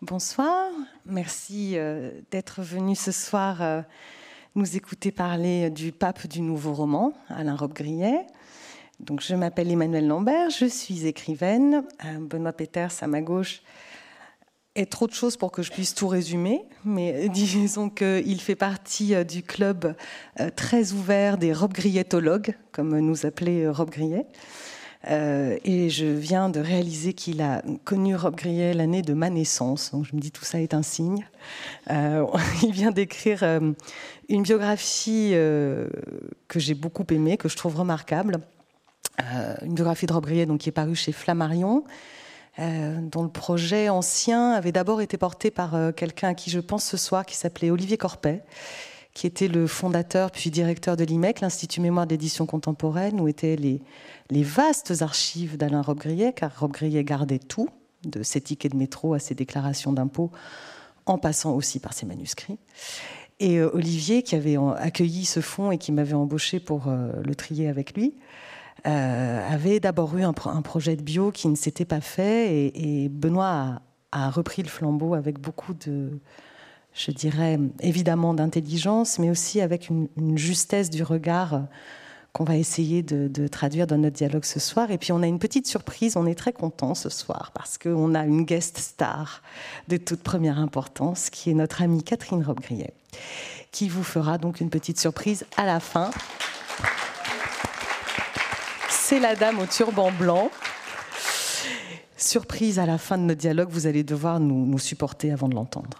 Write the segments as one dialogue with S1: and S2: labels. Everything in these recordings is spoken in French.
S1: Bonsoir, merci d'être venu ce soir nous écouter parler du pape du nouveau roman, Alain Robbe-Grillet. Donc, je m'appelle Emmanuelle Lambert, je suis écrivaine. Benoît Peeters, à ma gauche, est trop de choses pour que je puisse tout résumer, mais disons qu'il fait partie du club très ouvert des Robbe-Grilletologues, comme nous appelait Robbe-Grillet. Et je viens de réaliser qu'il a connu Robbe-Grillet l'année de ma naissance. Donc je me dis tout ça est un signe. Il vient d'écrire une biographie que j'ai beaucoup aimée, que je trouve remarquable. Une biographie de Robbe-Grillet donc, qui est parue chez Flammarion, dont le projet ancien avait d'abord été porté par quelqu'un à qui je pense ce soir, qui s'appelait Olivier Corpet, qui était le fondateur puis directeur de l'IMEC, l'Institut Mémoire d'édition contemporaine, où étaient les vastes archives d'Alain Robbe-Grillet, car Robbe-Grillet gardait tout, de ses tickets de métro à ses déclarations d'impôts, en passant aussi par ses manuscrits. Et Olivier, qui avait accueilli ce fonds et qui m'avait embauché pour le trier avec lui, avait d'abord eu un projet de bio qui ne s'était pas fait, et Benoît a repris le flambeau avec beaucoup de... je dirais évidemment d'intelligence, mais aussi avec une justesse du regard qu'on va essayer de traduire dans notre dialogue ce soir. Et puis on a une petite surprise, on est très contents ce soir, parce qu'on a une guest star de toute première importance, qui est notre amie Catherine Robbe-Grillet, qui vous fera donc une petite surprise à la fin. C'est la dame au turban blanc. Surprise à la fin de notre dialogue, vous allez devoir nous supporter avant de l'entendre.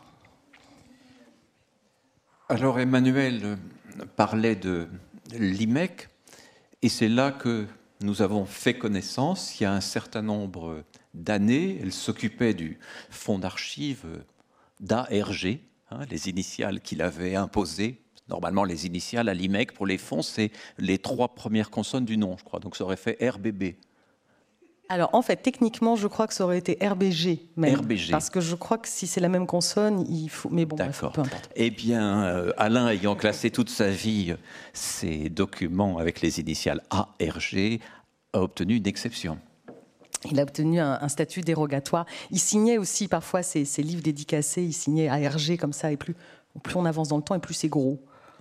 S2: Alors Emmanuel parlait de l'IMEC, et c'est là que nous avons fait connaissance. Il y a un certain nombre d'années, elle s'occupait du fonds d'archives d'ARG, les initiales qu'il avait imposées. Normalement, les initiales à l'IMEC pour les fonds, c'est les 3 premières consonnes du nom, je crois. Donc ça aurait fait RBB.
S1: Alors, en fait, techniquement, je crois que ça aurait été RBG, même.
S2: RBG.
S1: Parce que je crois que si c'est la même consonne, il faut... Mais bon, bref, peu importe.
S2: Eh bien, Alain, ayant classé toute sa vie ses documents avec les initiales ARG, a obtenu une exception.
S1: Il a obtenu un statut dérogatoire. Il signait aussi, parfois, ses livres dédicacés, il signait ARG comme ça, et plus on avance dans le temps, et plus c'est gros.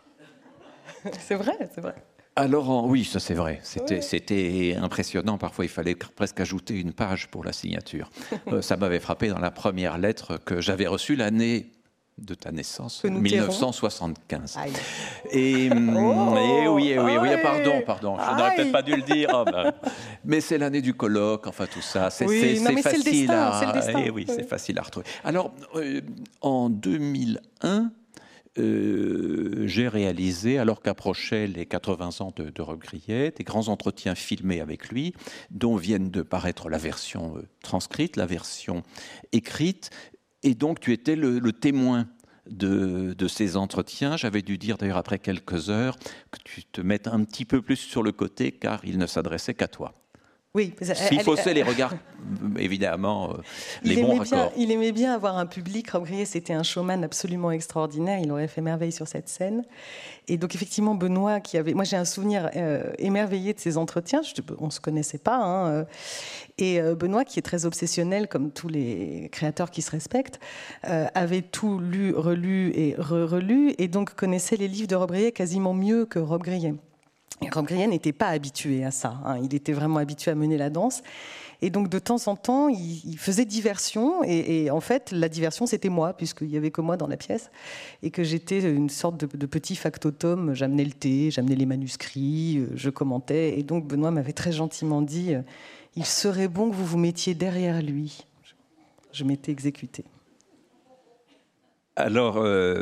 S1: C'est vrai, c'est vrai.
S2: Alors, oui, ça c'est vrai. C'était impressionnant. Parfois, il fallait presque ajouter une page pour la signature. Ça m'avait frappé dans la première lettre que j'avais reçue l'année de ta naissance, 1975.
S1: Aïe.
S2: Et oui, pardon. Je n'aurais peut-être pas dû le dire. Oh, mais c'est l'année du colloque, enfin tout ça. C'est facile c'est facile à retrouver. Alors, en 2001, j'ai réalisé, alors qu'approchaient les 80 ans de Robbe-Grillet, des grands entretiens filmés avec lui, dont viennent de paraître la version transcrite, la version écrite, et donc tu étais le témoin de ces entretiens. J'avais dû dire d'ailleurs après quelques heures que tu te mettes un petit peu plus sur le côté, car il ne s'adressait qu'à toi.
S1: Oui,
S2: s'il faussait les regards, évidemment, les bons raccords.
S1: Il aimait bien avoir un public. Robbe-Grillet, c'était un showman absolument extraordinaire. Il aurait fait merveille sur cette scène. Et donc, effectivement, Benoît, moi, j'ai un souvenir émerveillé de ces entretiens. On ne se connaissait pas. Et Benoît, qui est très obsessionnel, comme tous les créateurs qui se respectent, avait tout lu, relu et relu, et donc connaissait les livres de Robbe-Grillet quasiment mieux que Robbe-Grillet. Robbe-Grillet n'était pas habitué à ça. Il était vraiment habitué à mener la danse. Et donc, de temps en temps, il faisait diversion. Et en fait, la diversion, c'était moi, puisqu'il n'y avait que moi dans la pièce. Et que j'étais une sorte de petit factotum. J'amenais le thé, j'amenais les manuscrits, je commentais. Et donc, Benoît m'avait très gentiment dit « Il serait bon que vous vous mettiez derrière lui ». Je m'étais exécutée.
S2: Alors,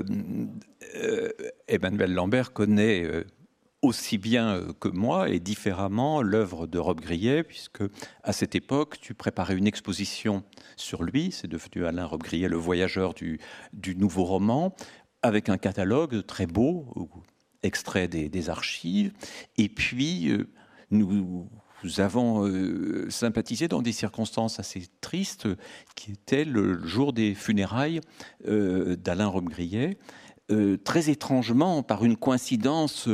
S2: Emmanuelle Lambert connaît... aussi bien que moi et différemment l'œuvre de Robbe-Grillet, puisque à cette époque, tu préparais une exposition sur lui. C'est devenu Alain Robbe-Grillet, le voyageur du nouveau roman, avec un catalogue très beau, extrait des archives. Et puis, nous avons sympathisé dans des circonstances assez tristes, qui étaient le jour des funérailles d'Alain Robbe-Grillet. Très étrangement, par une coïncidence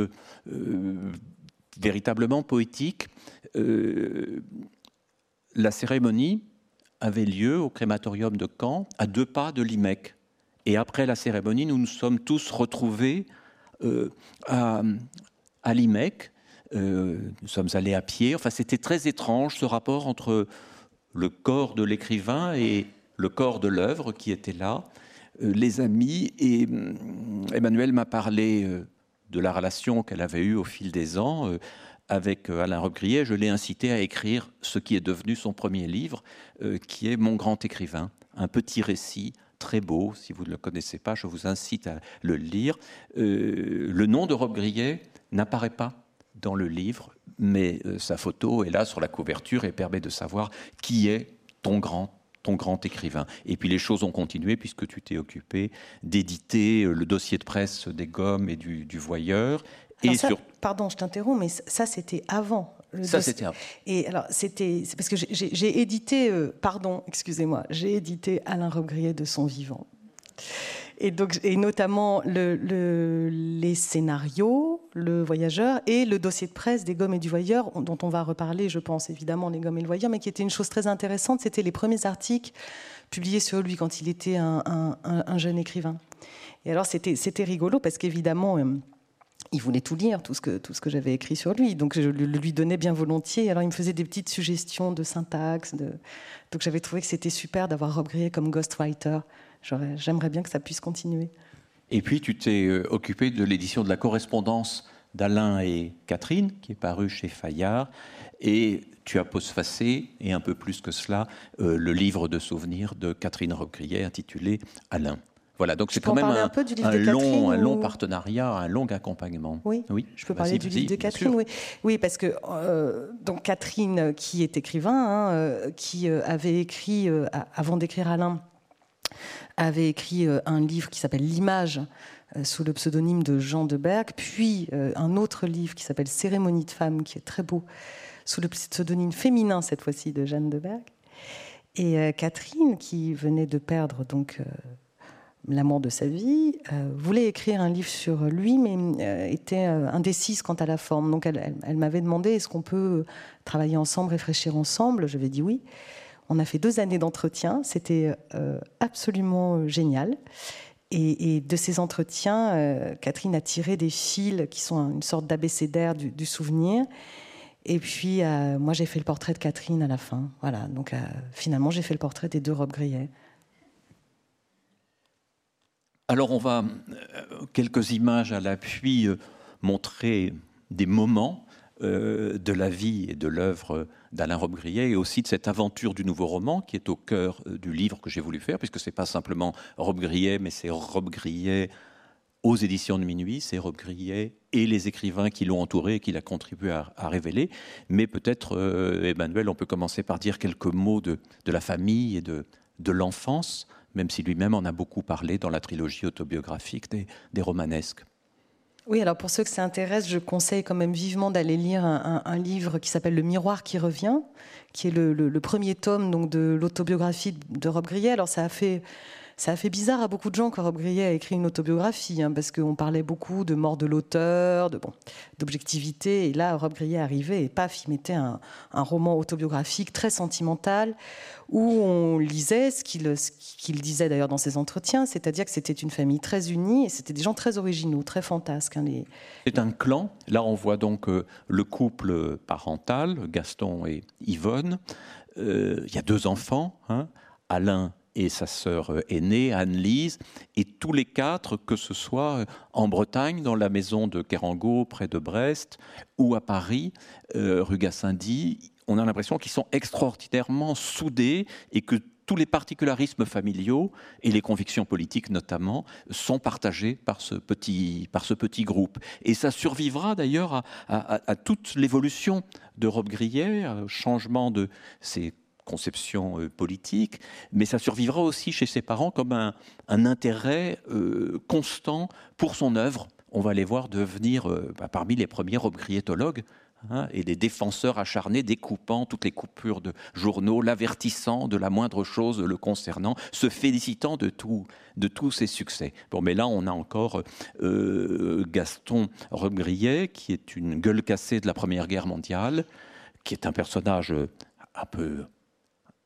S2: véritablement poétique, la cérémonie avait lieu au crématorium de Caen, à 2 pas de l'IMEC. Et après la cérémonie, nous nous sommes tous retrouvés à l'IMEC. Nous sommes allés à pied. Enfin, c'était très étrange, ce rapport entre le corps de l'écrivain et le corps de l'œuvre qui était là. Les amis, et Emmanuelle m'a parlé de la relation qu'elle avait eue au fil des ans avec Alain Robbe-Grillet. Je l'ai incité à écrire ce qui est devenu son premier livre, qui est Mon grand écrivain, un petit récit très beau. Si vous ne le connaissez pas, je vous incite à le lire. Le nom de Robbe-Grillet n'apparaît pas dans le livre, mais sa photo est là sur la couverture et permet de savoir qui est ton grand écrivain. Et puis les choses ont continué puisque tu t'es occupé d'éditer le dossier de presse des Gommes et du Voyeur.
S1: Et ça, pardon, je t'interromps, mais ça c'était avant.
S2: C'était avant.
S1: Et alors c'est parce que j'ai édité, j'ai édité Alain Robbe-Grillet de son vivant. Et donc, et notamment les scénarios, le Voyageur et le dossier de presse des Gommes et du Voyeur, dont on va reparler, je pense, évidemment, les Gommes et le Voyeur, mais qui était une chose très intéressante, c'était les premiers articles publiés sur lui quand il était un jeune écrivain. Et alors, c'était rigolo parce qu'évidemment, il voulait tout lire, tout ce que j'avais écrit sur lui. Donc, je le lui donnais bien volontiers. Alors, il me faisait des petites suggestions de syntaxe. Donc, j'avais trouvé que c'était super d'avoir Robbe-Grillet comme ghostwriter. J'aimerais bien que ça puisse continuer.
S2: Et puis, tu t'es occupé de l'édition de la correspondance d'Alain et Catherine, qui est parue chez Fayard, et tu as postfacé, et un peu plus que cela, le livre de souvenirs de Catherine Robbe-Grillet intitulé Alain. Voilà, donc c'est quand même un long partenariat, un long accompagnement.
S1: Oui, je peux parler du livre de Catherine. Oui, parce que donc Catherine, qui est écrivain, qui avait écrit, avant d'écrire Alain, avait écrit un livre qui s'appelle L'Image, sous le pseudonyme de Jean de Berck, puis un autre livre qui s'appelle Cérémonie de femmes, qui est très beau, sous le pseudonyme féminin, cette fois-ci, de Jeanne de Berck. Et Catherine, qui venait de perdre donc l'amour de sa vie, voulait écrire un livre sur lui, mais était indécise quant à la forme. Donc elle m'avait demandé, est-ce qu'on peut travailler ensemble, réfléchir ensemble ? Je lui ai dit oui. On a fait 2 années d'entretien, c'était absolument génial. Et de ces entretiens, Catherine a tiré des fils qui sont une sorte d'abécédaire du souvenir. Et puis, moi, j'ai fait le portrait de Catherine à la fin. Voilà, donc finalement, j'ai fait le portrait des 2 Robbe-Grillet.
S2: Alors, on va, quelques images à l'appui, montrer des moments de la vie et de l'œuvre d'Alain Robbe-Grillet et aussi de cette aventure du nouveau roman qui est au cœur du livre que j'ai voulu faire, puisque ce n'est pas simplement Robbe-Grillet, mais c'est Robbe-Grillet aux éditions de Minuit, c'est Robbe-Grillet et les écrivains qui l'ont entouré et qui l'a contribué à révéler. Mais peut-être, Emmanuelle, on peut commencer par dire quelques mots de la famille et de l'enfance, même si lui-même en a beaucoup parlé dans la trilogie autobiographique des romanesques.
S1: Oui, alors pour ceux que ça intéresse, je conseille quand même vivement d'aller lire un livre qui s'appelle Le Miroir qui revient, qui est le premier tome donc, de l'autobiographie de Robbe-Grillet. Alors ça a fait bizarre à beaucoup de gens quand Robbe-Grillet a écrit une autobiographie, parce qu'on parlait beaucoup de mort de l'auteur, d'objectivité. Et là, Robbe-Grillet arrivait et paf, il mettait un roman autobiographique très sentimental où on lisait ce qu'il disait d'ailleurs dans ses entretiens, c'est-à-dire que c'était une famille très unie et c'était des gens très originaux, très fantasques.
S2: C'est un clan. Là, on voit donc le couple parental, Gaston et Yvonne. Il y a 2 enfants, Alain et sa sœur aînée, Anne-Lise, et tous les 4, que ce soit en Bretagne, dans la maison de Kérango, près de Brest, ou à Paris, rue Gassendi, on a l'impression qu'ils sont extraordinairement soudés et que tous les particularismes familiaux et les convictions politiques notamment sont partagés par ce petit groupe. Et ça survivra d'ailleurs à toute l'évolution de Robbe-Grillet, au changement de ses conception politique, mais ça survivra aussi chez ses parents comme un intérêt constant pour son œuvre. On va les voir devenir parmi les premiers Robbe-Grilletologues et des défenseurs acharnés, découpant toutes les coupures de journaux, l'avertissant de la moindre chose le concernant, se félicitant de tous ses succès. Bon, mais là, on a encore Gaston Robbe-Grillet, qui est une gueule cassée de la Première Guerre mondiale, qui est un personnage un peu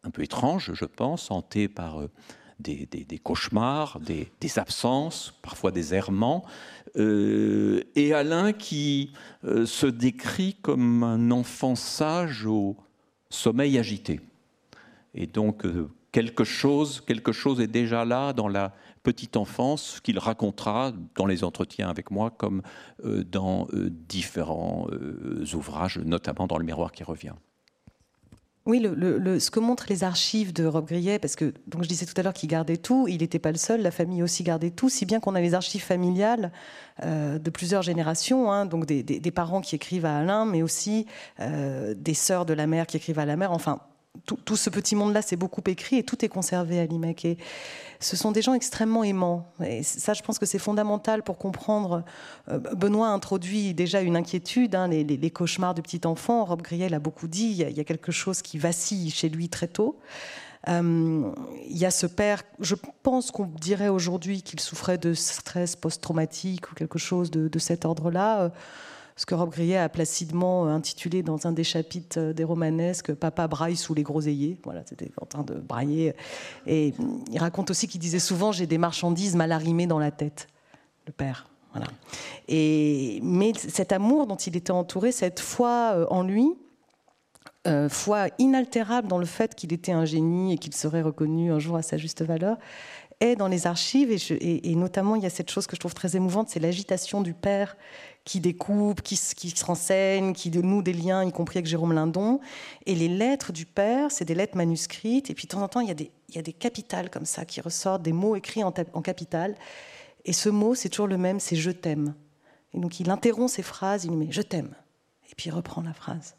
S2: un peu étrange, je pense, hanté par des cauchemars, des absences, parfois des errements, et Alain qui se décrit comme un enfant sage au sommeil agité. Et donc quelque chose est déjà là dans la petite enfance qu'il racontera dans les entretiens avec moi comme dans différents ouvrages, notamment dans Le Miroir qui revient.
S1: Oui, ce que montrent les archives de Rob Grillet, parce que donc je disais tout à l'heure qu'il gardait tout, il n'était pas le seul, la famille aussi gardait tout, si bien qu'on a les archives familiales de plusieurs générations, hein, donc des parents qui écrivent à Alain, mais aussi des sœurs de la mère qui écrivent à la mère, enfin tout ce petit monde-là, c'est beaucoup écrit et tout est conservé à l'IMEC. Et ce sont des gens extrêmement aimants. Et ça, je pense que c'est fondamental pour comprendre. Benoît a introduit déjà une inquiétude, hein, les cauchemars du petit enfant. Rob Grillet l'a beaucoup dit, il y a quelque chose qui vacille chez lui très tôt. Il y a ce père, je pense qu'on dirait aujourd'hui qu'il souffrait de stress post-traumatique ou quelque chose de cet ordre-là. Ce que Rob Grillet a placidement intitulé dans un des chapitres des romanesques « Papa braille sous les groseilliers ». Voilà, c'était en train de brailler. Et il raconte aussi qu'il disait souvent « J'ai des marchandises mal arrimées dans la tête », le père. Voilà. Mais cet amour dont il était entouré, cette foi en lui, foi inaltérable dans le fait qu'il était un génie et qu'il serait reconnu un jour à sa juste valeur, est dans les archives. Et notamment, il y a cette chose que je trouve très émouvante, c'est l'agitation du père qui découpe, qui se renseigne, qui noue des liens, y compris avec Jérôme Lindon. Et les lettres du père, c'est des lettres manuscrites. Et puis, de temps en temps, il y a des capitales comme ça qui ressortent, des mots écrits en capitales. Et ce mot, c'est toujours le même, c'est « je t'aime ». Et donc, il interrompt ses phrases, il lui met « je t'aime ». Et puis, il reprend la phrase.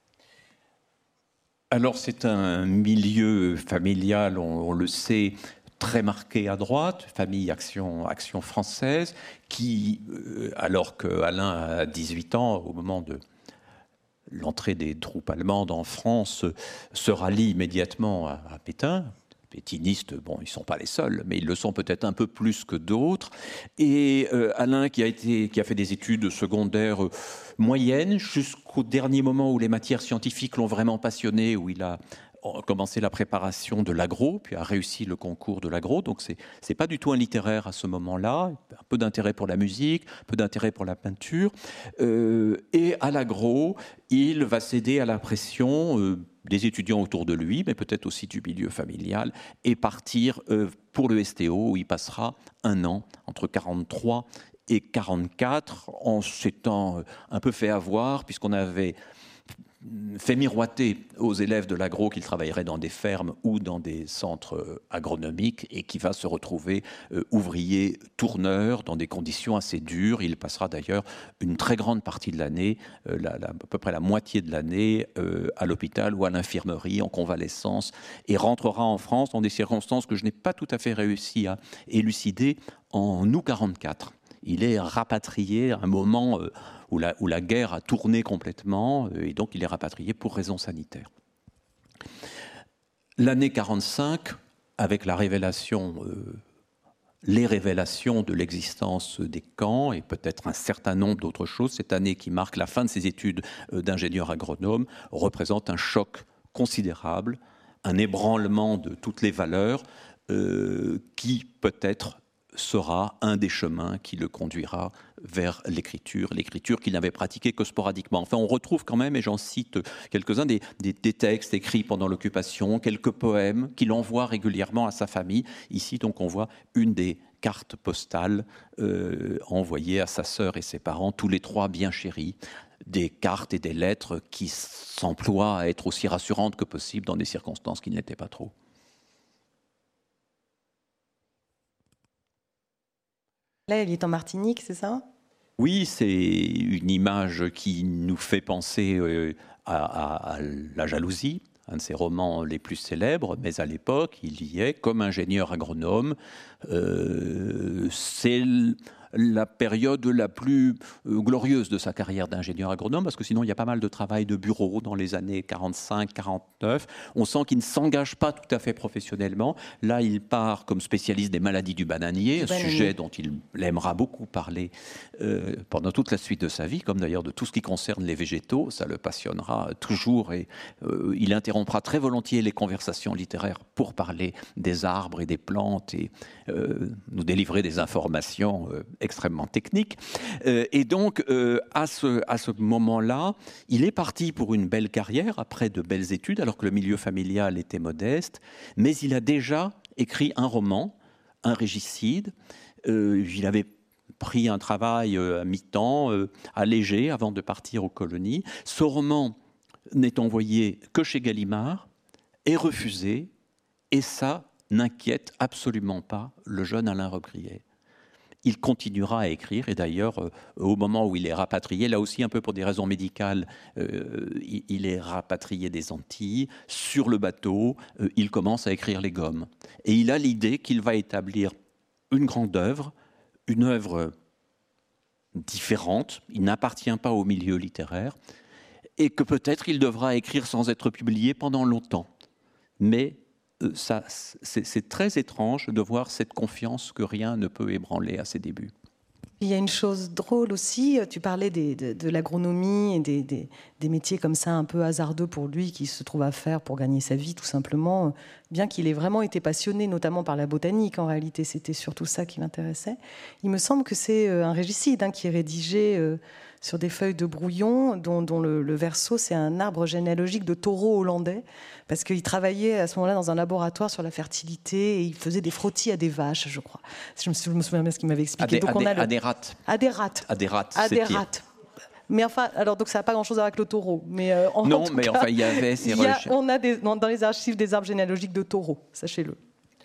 S2: Alors, c'est un milieu familial, on le sait, très marqué à droite, famille Action française, qui, alors qu'Alain a 18 ans, au moment de l'entrée des troupes allemandes en France, se rallie immédiatement à Pétain. Pétinistes, bon, ils ne sont pas les seuls, mais ils le sont peut-être un peu plus que d'autres. Et Alain, qui a fait des études secondaires moyennes, jusqu'au dernier moment où les matières scientifiques l'ont vraiment passionné, où il a commencé la préparation de l'agro, puis a réussi le concours de l'agro. Donc c'est pas du tout un littéraire à ce moment-là. Un peu d'intérêt pour la musique, un peu d'intérêt pour la peinture. Et à l'agro, il va céder à la pression des étudiants autour de lui, mais peut-être aussi du milieu familial, et partir pour le STO, où il passera un an, entre 43 et 44, en s'étant un peu fait avoir, puisqu'on avait fait miroiter aux élèves de l'agro qu'il travaillerait dans des fermes ou dans des centres agronomiques et qui va se retrouver ouvrier tourneur dans des conditions assez dures. Il passera d'ailleurs une très grande partie de l'année, à peu près la moitié de l'année, à l'hôpital ou à l'infirmerie en convalescence et rentrera en France dans des circonstances que je n'ai pas tout à fait réussi à élucider en août 1944. Il est rapatrié à un moment où la guerre a tourné complètement, et donc il est rapatrié pour raisons sanitaires. L'année 1945, avec les révélations de l'existence des camps et peut-être un certain nombre d'autres choses, cette année qui marque la fin de ses études d'ingénieur agronome représente un choc considérable, un ébranlement de toutes les valeurs qui peut-être sera un des chemins qui le conduira vers l'écriture qu'il n'avait pratiquée que sporadiquement. Enfin, on retrouve quand même, et j'en cite quelques-uns, des textes écrits pendant l'occupation, quelques poèmes qu'il envoie régulièrement à sa famille. Ici, donc, on voit une des cartes postales envoyées à sa sœur et ses parents, tous les trois bien chéris, des cartes et des lettres qui s'emploient à être aussi rassurantes que possible dans des circonstances qui ne l'étaient pas trop.
S1: Là, il est en Martinique, c'est ça ?
S2: Oui, c'est une image qui nous fait penser à la jalousie, un de ses romans les plus célèbres, mais à l'époque, il y est comme ingénieur agronome. C'est la période la plus glorieuse de sa carrière d'ingénieur agronome, parce que sinon il y a pas mal de travail de bureau dans les années 45-49. On sent qu'il ne s'engage pas tout à fait professionnellement. Là, il part comme spécialiste des maladies du bananier, un sujet dont il aimera beaucoup parler pendant toute la suite de sa vie, comme d'ailleurs de tout ce qui concerne les végétaux. Ça le passionnera toujours et il interrompra très volontiers les conversations littéraires pour parler des arbres et des plantes et nous délivrer des informations extrêmement techniques. Et donc, à ce moment-là, il est parti pour une belle carrière, après de belles études, alors que le milieu familial était modeste, mais il a déjà écrit un roman, un régicide. Il avait pris un travail à mi-temps, allégé, avant de partir aux colonies. Ce roman n'est envoyé que chez Gallimard, est refusé, et ça n'inquiète absolument pas le jeune Alain Robbe-Grillet. Il continuera à écrire, et d'ailleurs, au moment où il est rapatrié, là aussi un peu pour des raisons médicales, il est rapatrié des Antilles. Sur le bateau, il commence à écrire Les Gommes. Et il a l'idée qu'il va établir une grande œuvre, une œuvre différente, il n'appartient pas au milieu littéraire, et que peut-être il devra écrire sans être publié pendant longtemps. Mais c'est très étrange de voir cette confiance que rien ne peut ébranler à ses débuts.
S1: Il y a une chose drôle aussi, tu parlais de l'agronomie et des métiers comme ça un peu hasardeux pour lui qui se trouve à faire pour gagner sa vie tout simplement, bien qu'il ait vraiment été passionné notamment par la botanique, en réalité c'était surtout ça qui l'intéressait. Il me semble que c'est un régicide qui est rédigé sur des feuilles de brouillon dont le verso c'est un arbre généalogique de taureaux hollandais, parce qu'il travaillait à ce moment-là dans un laboratoire sur la fertilité et il faisait des frottis à des vaches, je crois. Je me souviens bien ce qu'il m'avait expliqué.
S2: À des rats.
S1: À des rats.
S2: À des rats.
S1: À des rats. Mais enfin, alors donc ça n'a pas grand-chose à voir avec le taureau. Mais
S2: non, mais enfin il y avait ces recherches.
S1: On a dans les archives des arbres généalogiques de taureaux, sachez-le.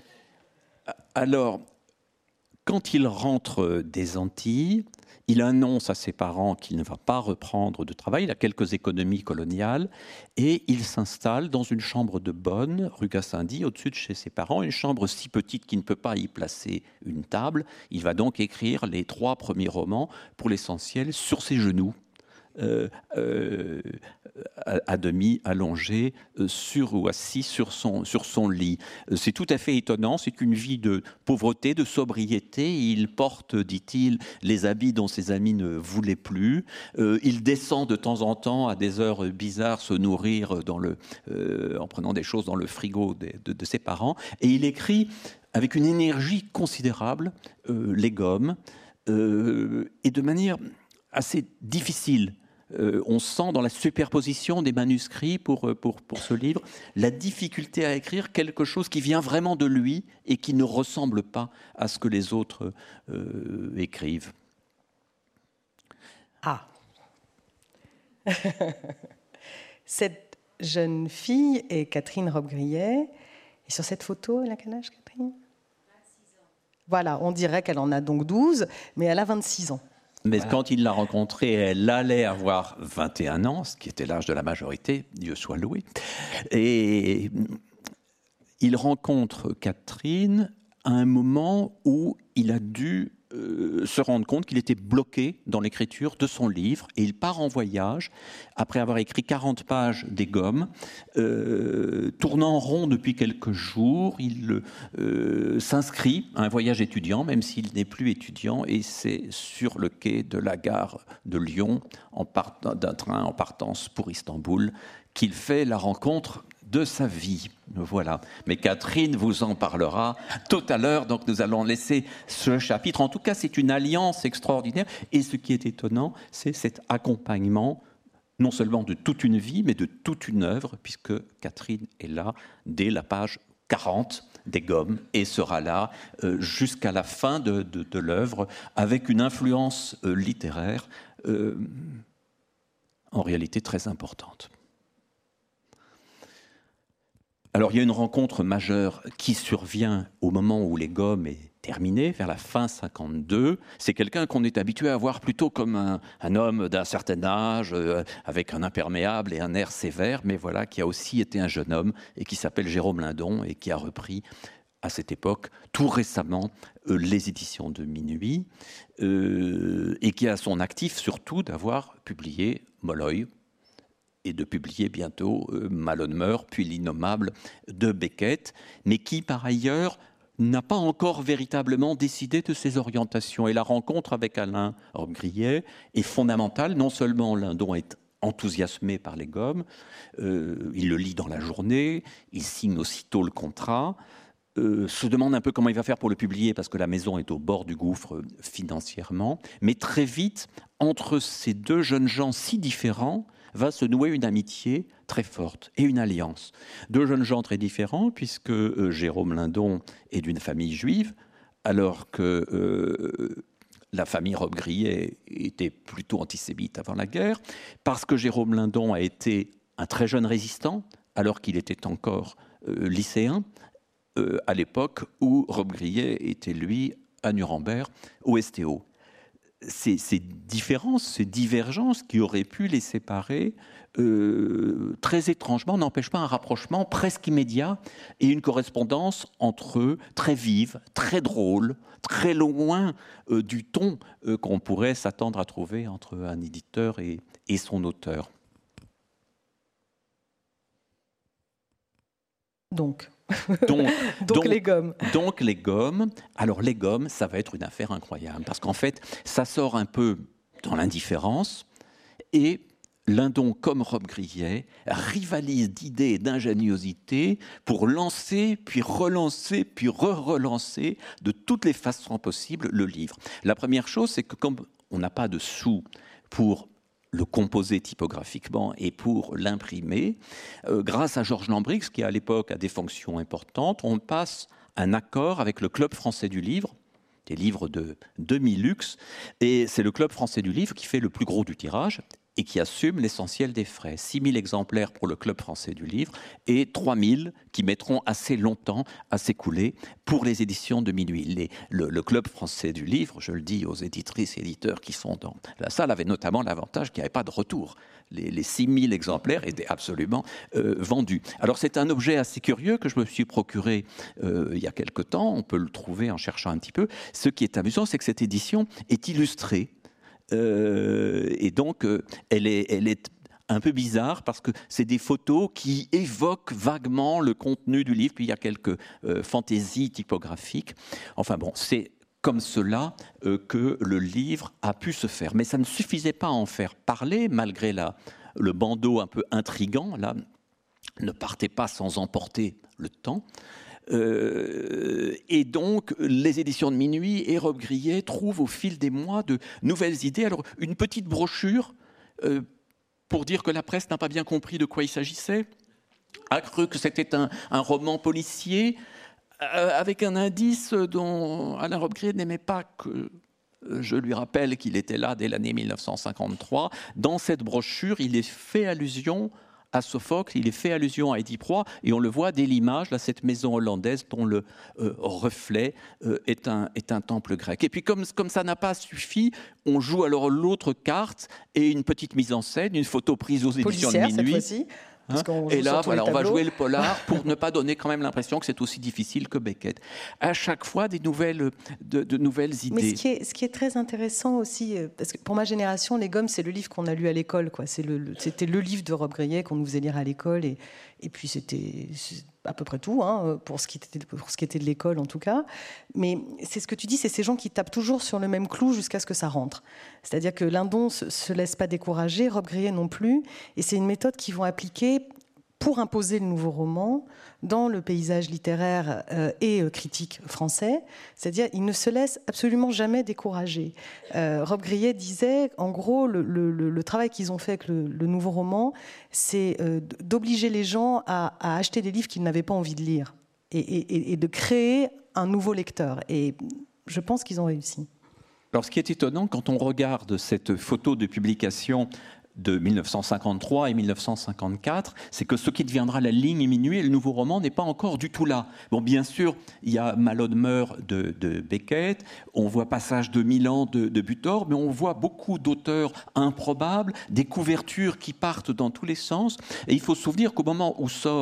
S2: Alors, quand il rentre des Antilles, il annonce à ses parents qu'il ne va pas reprendre de travail, il a quelques économies coloniales, et il s'installe dans une chambre de bonne, rue Gassendi, au-dessus de chez ses parents, une chambre si petite qu'il ne peut pas y placer une table. Il va donc écrire les 3 premiers romans, pour l'essentiel, sur ses genoux, à demi allongé ou assis sur son lit. C'est tout à fait étonnant, c'est une vie de pauvreté, de sobriété. Il porte, dit-il, les habits dont ses amis ne voulaient plus. Il descend de temps en temps à des heures bizarres se nourrir en prenant des choses dans le frigo de ses parents. Et il écrit avec une énergie considérable Les Gommes, et de manière assez difficile. On sent dans la superposition des manuscrits pour ce livre la difficulté à écrire quelque chose qui vient vraiment de lui et qui ne ressemble pas à ce que les autres écrivent.
S1: Ah. Cette jeune fille est Catherine Robbe-Grillet. Et sur cette photo, elle a quel âge, Catherine ? 26 ans. Voilà, on dirait qu'elle en a donc 12, mais elle a 26 ans.
S2: Mais quand il l'a rencontrée, elle allait avoir 21 ans, ce qui était l'âge de la majorité, Dieu soit loué. Et il rencontre Catherine à un moment où il a dû se rendre compte qu'il était bloqué dans l'écriture de son livre, et il part en voyage après avoir écrit 40 pages des Gommes, tournant en rond depuis quelques jours. Il s'inscrit à un voyage étudiant, même s'il n'est plus étudiant, et c'est sur le quai de la gare de Lyon, d'un train en partance pour Istanbul, qu'il fait la rencontre de sa vie. Voilà. Mais Catherine vous en parlera tout à l'heure, donc nous allons laisser ce chapitre. En tout cas, c'est une alliance extraordinaire, et ce qui est étonnant, c'est cet accompagnement, non seulement de toute une vie, mais de toute une œuvre, puisque Catherine est là dès la page 40 des Gommes, et sera là jusqu'à la fin de l'œuvre, avec une influence littéraire en réalité très importante. Alors, il y a une rencontre majeure qui survient au moment où Les Gommes est terminé, vers la fin 52. C'est quelqu'un qu'on est habitué à voir plutôt comme un homme d'un certain âge, avec un imperméable et un air sévère, mais voilà, qui a aussi été un jeune homme et qui s'appelle Jérôme Lindon et qui a repris à cette époque, tout récemment, les éditions de Minuit, et qui a son actif surtout d'avoir publié Molloy et de publier bientôt Malone-Meur, puis L'Innommable de Beckett, mais qui par ailleurs n'a pas encore véritablement décidé de ses orientations. Et la rencontre avec Alain Robbe-Grillet est fondamentale. Non seulement Lindon est enthousiasmé par les gommes, il le lit dans la journée, il signe aussitôt le contrat, se demande un peu comment il va faire pour le publier parce que la maison est au bord du gouffre financièrement. Mais très vite, entre ces deux jeunes gens si différents, va se nouer une amitié très forte et une alliance. Deux jeunes gens très différents, puisque Jérôme Lindon est d'une famille juive, alors que la famille Robbe-Grillet était plutôt antisémite avant la guerre, parce que Jérôme Lindon a été un très jeune résistant, alors qu'il était encore lycéen, à l'époque où Robbe-Grillet était, lui, à Nuremberg, au STO. Ces différences, ces divergences qui auraient pu les séparer, très étrangement, n'empêchent pas un rapprochement presque immédiat et une correspondance entre eux très vive, très drôle, très loin du ton qu'on pourrait s'attendre à trouver entre un éditeur et son auteur.
S1: Donc les gommes.
S2: Donc les gommes. Alors les gommes, ça va être une affaire incroyable parce qu'en fait, ça sort un peu dans l'indifférence et Lindon comme Robbe-Grillet rivalisent d'idées et d'ingéniosité pour lancer, puis relancer, puis relancer de toutes les façons possibles le livre. La première chose, c'est que comme on n'a pas de sous pour le composer typographiquement et pour l'imprimer, grâce à Georges Lambrix, qui à l'époque a des fonctions importantes, on passe un accord avec le Club français du livre, des livres de demi-luxe, et c'est le Club français du livre qui fait le plus gros du tirage et qui assume l'essentiel des frais. 6 000 exemplaires pour le Club français du livre et 3 000 qui mettront assez longtemps à s'écouler pour les éditions de Minuit. Le Club français du livre, je le dis aux éditrices et éditeurs qui sont dans la salle, avait notamment l'avantage qu'il n'y avait pas de retour. Les 6 000 exemplaires étaient absolument vendus. Alors c'est un objet assez curieux que je me suis procuré il y a quelque temps, on peut le trouver en cherchant un petit peu. Ce qui est amusant, c'est que cette édition est illustrée. Et donc, elle est un peu bizarre parce que c'est des photos qui évoquent vaguement le contenu du livre, puis il y a quelques fantaisies typographiques. Enfin bon, c'est comme cela que le livre a pu se faire. Mais ça ne suffisait pas à en faire parler, malgré le bandeau un peu intrigant, là, ne partait pas sans emporter le temps. Et donc, les éditions de Minuit et Robbe-Grillet trouvent au fil des mois de nouvelles idées. Alors, une petite brochure pour dire que la presse n'a pas bien compris de quoi il s'agissait, a cru que c'était un roman policier avec un indice dont Alain Robbe-Grillet n'aimait pas que je lui rappelle qu'il était là dès l'année 1953. Dans cette brochure, il est fait allusion à Sophocle, il est fait allusion à Édipe Roi, et on le voit dès l'image, là, cette maison hollandaise dont le reflet est un temple grec. Et puis comme ça n'a pas suffi, on joue alors l'autre carte et une petite mise en scène, une photo prise aux éditions de Minuit.
S1: Cette fois-ci.
S2: Et là, voilà, on va jouer le polar pour ne pas donner quand même l'impression que c'est aussi difficile que Beckett. À chaque fois, de nouvelles idées.
S1: Mais ce qui est très intéressant aussi, parce que pour ma génération, Les Gommes, c'est le livre qu'on a lu à l'école, quoi. C'était le livre de Robbe-Grillet qu'on nous faisait lire à l'école, et puis c'était à peu près tout, hein, pour ce qui était de l'école en tout cas. Mais c'est ce que tu dis, c'est ces gens qui tapent toujours sur le même clou jusqu'à ce que ça rentre. C'est-à-dire que Lindon se laisse pas décourager, Robbe-Grillet non plus, et c'est une méthode qu'ils vont appliquer pour imposer le nouveau roman dans le paysage littéraire et critique français. C'est-à-dire ils ne se laissent absolument jamais décourager. Robbe-Grillet disait, en gros, le travail qu'ils ont fait avec le nouveau roman, c'est d'obliger les gens à acheter des livres qu'ils n'avaient pas envie de lire et de créer un nouveau lecteur. Et je pense qu'ils ont réussi.
S2: Alors, ce qui est étonnant, quand on regarde cette photo de publication de 1953 et 1954, c'est que ce qui deviendra la ligne Minuit et le nouveau roman n'est pas encore du tout là. Bon, bien sûr, il y a Malone-Meur de Beckett, on voit Passage de Milan de Butor, mais on voit beaucoup d'auteurs improbables, des couvertures qui partent dans tous les sens. Et il faut se souvenir qu'au moment où sort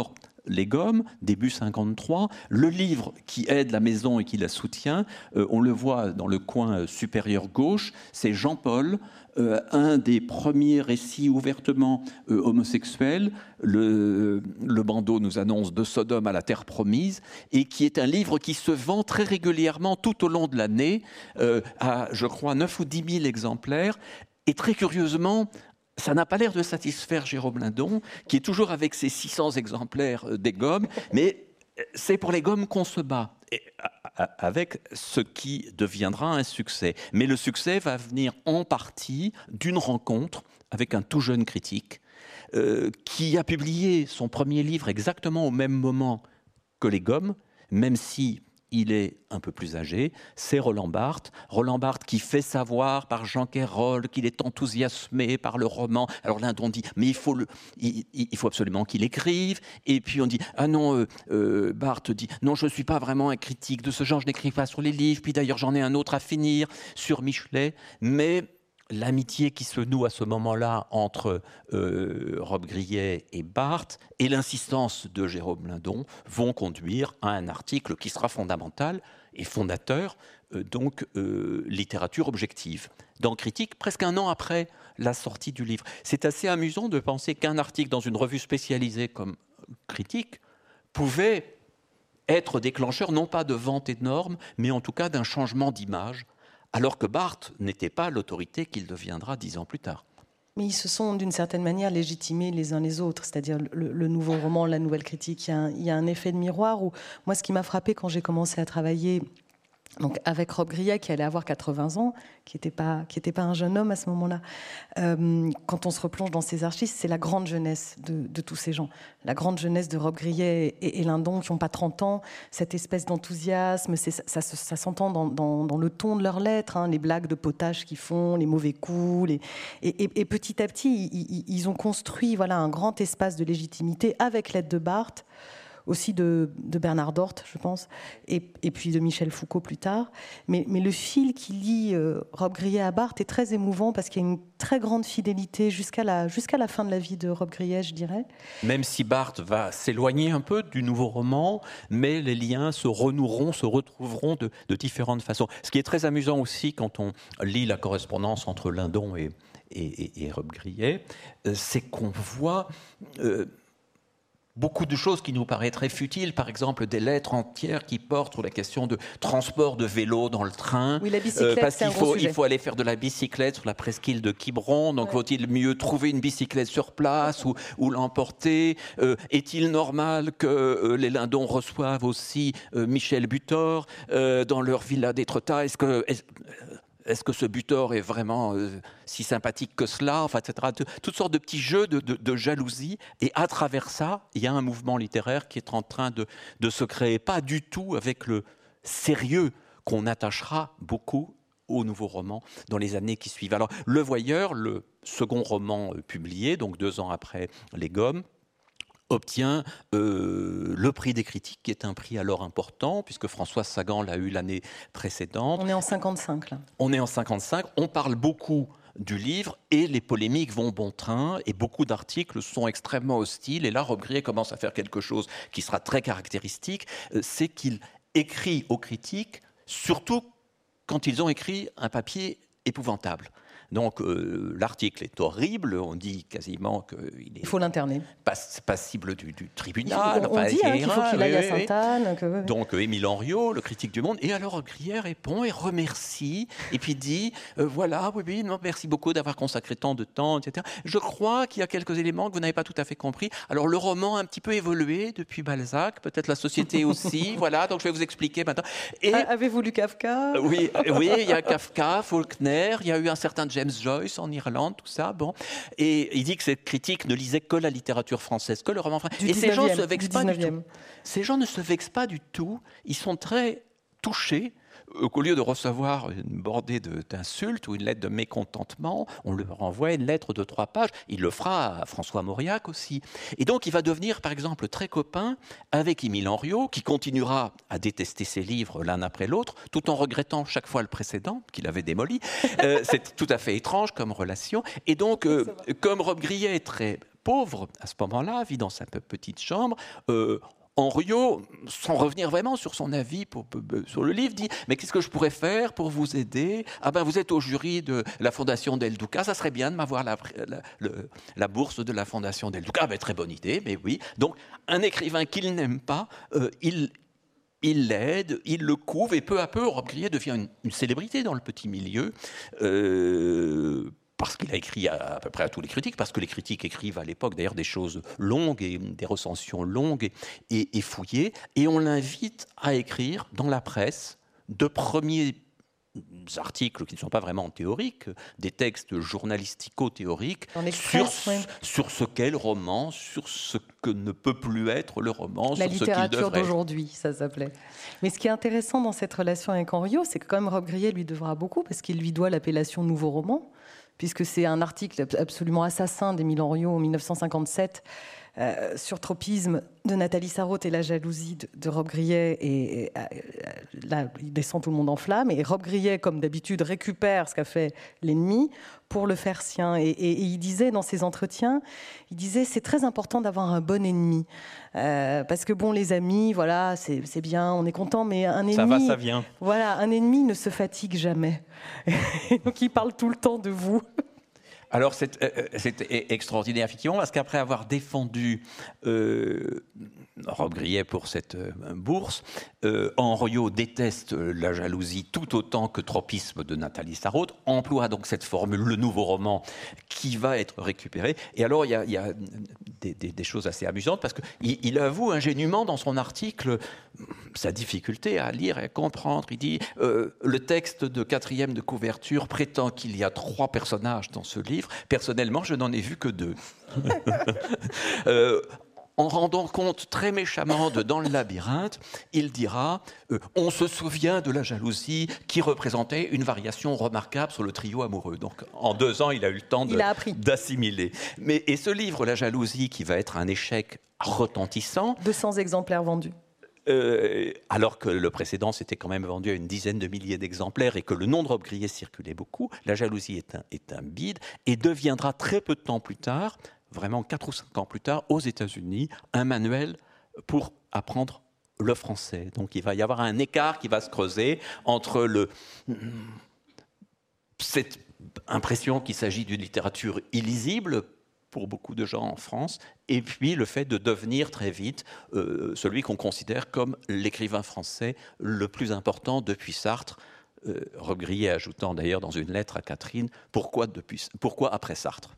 S2: les Gommes, début 53. Le livre qui aide la maison et qui la soutient, on le voit dans le coin supérieur gauche, c'est Jean-Paul, un des premiers récits ouvertement homosexuels. Le bandeau nous annonce de Sodome à la terre promise, et qui est un livre qui se vend très régulièrement tout au long de l'année, à, je crois, 9 ou 10 000 exemplaires. Et très curieusement, ça n'a pas l'air de satisfaire Jérôme Lindon, qui est toujours avec ses 600 exemplaires des Gommes, mais c'est pour les Gommes qu'on se bat, avec ce qui deviendra un succès. Mais le succès va venir en partie d'une rencontre avec un tout jeune critique qui a publié son premier livre exactement au même moment que les Gommes, même si il est un peu plus âgé, c'est Roland Barthes. Roland Barthes qui fait savoir par Jean Quérol qu'il est enthousiasmé par le roman. Alors Lindon dit, mais il faut absolument qu'il écrive. Et puis on dit, ah non, Barthes dit, non, je ne suis pas vraiment un critique de ce genre, je n'écris pas sur les livres. Puis d'ailleurs, j'en ai un autre à finir sur Michelet. Mais l'amitié qui se noue à ce moment-là entre Robbe-Grillet et Barthes et l'insistance de Jérôme Lindon vont conduire à un article qui sera fondamental et fondateur, littérature objective. Dans Critique, presque un an après la sortie du livre. C'est assez amusant de penser qu'un article dans une revue spécialisée comme Critique pouvait être déclencheur non pas de vente énorme, mais en tout cas d'un changement d'image, alors que Barthes n'était pas l'autorité qu'il deviendra 10 ans plus tard.
S1: Mais ils se sont d'une certaine manière légitimés les uns les autres, c'est-à-dire le nouveau roman, la nouvelle critique. Il y a un effet de miroir où, moi, ce qui m'a frappé quand j'ai commencé à travailler donc avec Robbe-Grillet, qui allait avoir 80 ans, qui n'était pas un jeune homme à ce moment-là. Quand on se replonge dans ces archives, c'est la grande jeunesse de tous ces gens. La grande jeunesse de Robbe-Grillet et Lindon, qui n'ont pas 30 ans, cette espèce d'enthousiasme, ça s'entend dans le ton de leurs lettres, hein, les blagues de potage qu'ils font, les mauvais coups. Et petit à petit, ils ont construit un grand espace de légitimité avec l'aide de Barthes, aussi de Bernard Dort, je pense, et puis de Michel Foucault plus tard. Mais le fil qui lie Robbe-Grillet à Barthes est très émouvant parce qu'il y a une très grande fidélité jusqu'à la fin de la vie de Robbe-Grillet, je dirais.
S2: Même si Barthes va s'éloigner un peu du nouveau roman, mais les liens se renoueront, se retrouveront de différentes façons. Ce qui est très amusant aussi quand on lit la correspondance entre Lindon et Robbe-Grillet, c'est qu'on voit beaucoup de choses qui nous paraîtraient futiles, par exemple des lettres entières qui portent sur la question de transport de vélo dans le train.
S1: Oui, la bicyclette,
S2: parce
S1: c'est un gros sujet.
S2: Il faut aller faire de la bicyclette sur la presqu'île de Quiberon, donc faut-il mieux trouver une bicyclette sur place ou l'emporter? Est-il normal que les Lindon reçoivent aussi Michel Butor dans leur villa d'Étretat? Est-ce que ce Butor est vraiment si sympathique que cela, enfin, etc. Toutes sortes de petits jeux de jalousie. Et à travers ça, il y a un mouvement littéraire qui est en train de se créer. Pas du tout avec le sérieux qu'on attachera beaucoup au nouveau roman dans les années qui suivent. Alors, Le Voyeur, le second roman publié, donc 2 ans après Les Gommes, obtient le prix des critiques, qui est un prix alors important, puisque Françoise Sagan l'a eu l'année précédente.
S1: On est en 55, là.
S2: On est en 55, on parle beaucoup du livre et les polémiques vont bon train et beaucoup d'articles sont extrêmement hostiles. Et là, Robbe-Grillet commence à faire quelque chose qui sera très caractéristique, c'est qu'il écrit aux critiques, surtout quand ils ont écrit un papier épouvantable. Donc l'article est horrible, on dit quasiment qu'il est...
S1: Il faut l'interner.
S2: Passible du tribunal.
S1: On dit qu'il faut qu'il aille à Sainte-Anne.
S2: Donc Émile Henriot, le critique du Monde, et alors Grillet répond et remercie, et puis dit, merci beaucoup d'avoir consacré tant de temps, etc. Je crois qu'il y a quelques éléments que vous n'avez pas tout à fait compris. Alors le roman a un petit peu évolué depuis Balzac, peut-être la société aussi, voilà, donc je vais vous expliquer maintenant.
S1: Et... Avez-vous lu Kafka?
S2: Oui, il y a Kafka, Faulkner, il y a eu un certain James Joyce en Irlande, tout ça, bon. Et il dit que cette critique ne lisait que la littérature française, que le roman français. Et ces gens ne se vexent pas du tout. Ces gens ne se vexent pas du tout. Ils sont très touchés qu'au lieu de recevoir une bordée d'insultes ou une lettre de mécontentement, on leur envoie une lettre de 3 pages. Il le fera à François Mauriac aussi. Et donc, il va devenir, par exemple, très copain avec Émile Henriot, qui continuera à détester ses livres l'un après l'autre, tout en regrettant chaque fois le précédent, qu'il avait démoli. C'est tout à fait étrange comme relation. Et donc, comme Robbe-Grillet est très pauvre à ce moment-là, vit dans sa petite chambre. Henriot, sans revenir vraiment sur son avis sur le livre, dit « Mais qu'est-ce que je pourrais faire pour vous aider ? Ah ben, vous êtes au jury de la Fondation Del Duca, ça serait bien de m'avoir la bourse de la Fondation Del Duca. » Ah ben, très bonne idée, mais oui. Donc, un écrivain qu'il n'aime pas, il l'aide, il le couve, et peu à peu, Robbe-Grillet devient une célébrité dans le petit milieu, parce qu'il a écrit à peu près à tous les critiques, parce que les critiques écrivent à l'époque d'ailleurs des choses longues, et des recensions longues et fouillées, et on l'invite à écrire dans la presse de premiers articles qui ne sont pas vraiment théoriques, des textes journalistico-théoriques sur ce qu'est le roman, sur ce que ne peut plus être le roman,
S1: la
S2: sur ce qu'il devrait être.
S1: La littérature d'aujourd'hui, ça s'appelait. Mais ce qui est intéressant dans cette relation avec Henriot, c'est que quand même Robbe-Grillet lui devra beaucoup, parce qu'il lui doit l'appellation Nouveau Roman, puisque c'est un article absolument assassin d'Émile Henriot en 1957 sur Tropisme de Nathalie Sarraute et la jalousie de Robbe-Grillet. Et là, il descend tout le monde en flammes. Et Robbe-Grillet, comme d'habitude, récupère ce qu'a fait l'ennemi pour le faire sien. Et il disait dans ses entretiens, c'est très important d'avoir un bon ennemi. Parce que bon, les amis, voilà, c'est bien, on est content, mais un ennemi...
S2: Ça va, ça vient.
S1: Voilà, un ennemi ne se fatigue jamais. Donc il parle tout le temps de vous.
S2: Alors c'est extraordinaire effectivement, parce qu'après avoir défendu Robbe-Grillet pour cette bourse, Henriot déteste la jalousie tout autant que Tropisme de Nathalie Sarraute, emploie donc cette formule, le nouveau roman, qui va être récupéré. Et alors il y a des choses assez amusantes, parce qu'il avoue ingénument dans son article sa difficulté à lire et à comprendre. Il dit le texte de 4e de couverture prétend qu'il y a 3 personnages dans ce livre. Personnellement, je n'en ai vu que 2. En rendant compte très méchamment de Dans le labyrinthe, il dira on se souvient de la jalousie qui représentait une variation remarquable sur le trio amoureux. Donc en 2 ans, il a eu le temps d'assimiler. Et ce livre, La jalousie, qui va être un échec retentissant.
S1: 200 exemplaires vendus.
S2: Alors que le précédent s'était quand même vendu à une dizaine de milliers d'exemplaires et que le nom de Robbe-Grillet circulait beaucoup, La jalousie est un bide, et deviendra très peu de temps plus tard, vraiment 4 ou 5 ans plus tard, aux États-Unis, un manuel pour apprendre le français. Donc il va y avoir un écart qui va se creuser entre cette impression qu'il s'agit d'une littérature illisible pour beaucoup de gens en France, et puis le fait de devenir très vite celui qu'on considère comme l'écrivain français le plus important depuis Sartre. Robbe-Grillet ajoutant d'ailleurs dans une lettre à Catherine, pourquoi après Sartre?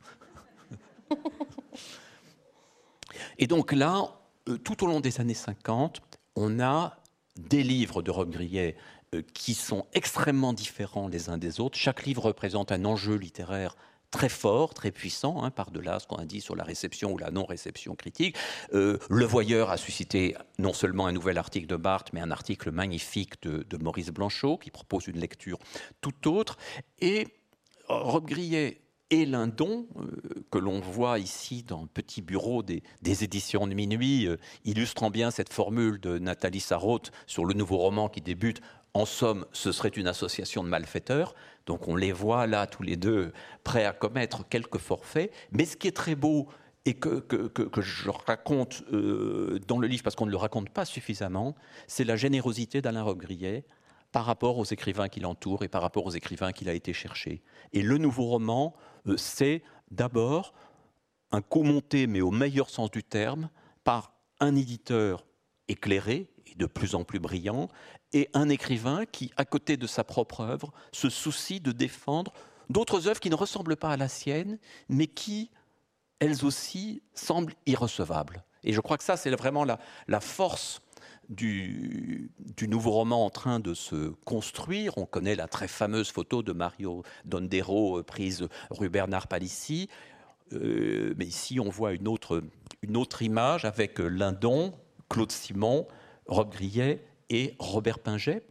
S2: Et donc là, tout au long des années 50, on a des livres de Robbe-Grillet qui sont extrêmement différents les uns des autres. Chaque livre représente un enjeu littéraire très fort, très puissant, par-delà ce qu'on a dit sur la réception ou la non-réception critique. Le Voyeur a suscité non seulement un nouvel article de Barthes, mais un article magnifique de Maurice Blanchot, qui propose une lecture tout autre. Et Robbe-Grillet et Lindon, que l'on voit ici dans le petit bureau des éditions de Minuit, illustrant bien cette formule de Nathalie Sarraute sur le nouveau roman qui débute. En somme, ce serait une association de malfaiteurs. Donc on les voit là, tous les deux, prêts à commettre quelques forfaits. Mais ce qui est très beau, et que je raconte dans le livre, parce qu'on ne le raconte pas suffisamment, c'est la générosité d'Alain Robbe-Grillet par rapport aux écrivains qui l'entourent et par rapport aux écrivains qu'il a été chercher. Et le nouveau roman, c'est d'abord un commenté, mais au meilleur sens du terme, par un éditeur éclairé et de plus en plus brillant, et un écrivain qui, à côté de sa propre œuvre, se soucie de défendre d'autres œuvres qui ne ressemblent pas à la sienne, mais qui, elles aussi, semblent irrecevables. Et je crois que ça, c'est vraiment la force du nouveau roman en train de se construire. On connaît la très fameuse photo de Mario Dondero prise rue Bernard Palissy. Mais ici, on voit une autre image avec Lindon, Claude Simon, Robbe-Grillet et Robert Pinget.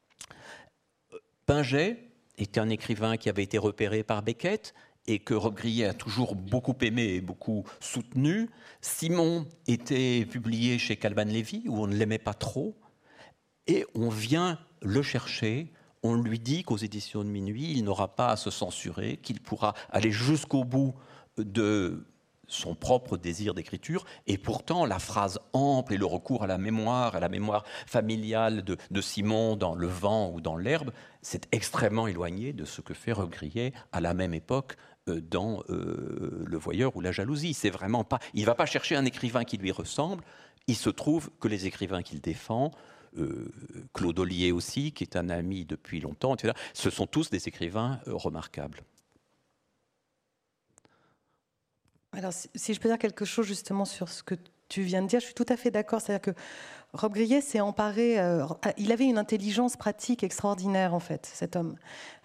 S2: Pinget était un écrivain qui avait été repéré par Beckett et que Robbe-Grillet a toujours beaucoup aimé et beaucoup soutenu. Simon était publié chez Calman-Lévy, où on ne l'aimait pas trop, et on vient le chercher. On lui dit qu'aux éditions de Minuit, il n'aura pas à se censurer, qu'il pourra aller jusqu'au bout de son propre désir d'écriture, et pourtant la phrase ample et le recours à la mémoire familiale de Simon dans Le vent ou dans L'herbe, c'est extrêmement éloigné de ce que fait Robbe-Grillet à la même époque dans Le voyeur ou La jalousie. C'est vraiment pas, il ne va pas chercher un écrivain qui lui ressemble, il se trouve que les écrivains qu'il défend, Claude Ollier aussi, qui est un ami depuis longtemps, etc., ce sont tous des écrivains remarquables.
S1: Alors, si je peux dire quelque chose justement sur ce que tu viens de dire, je suis tout à fait d'accord. C'est-à-dire que Robbe-Grillet s'est emparé... il avait une intelligence pratique extraordinaire, en fait, cet homme.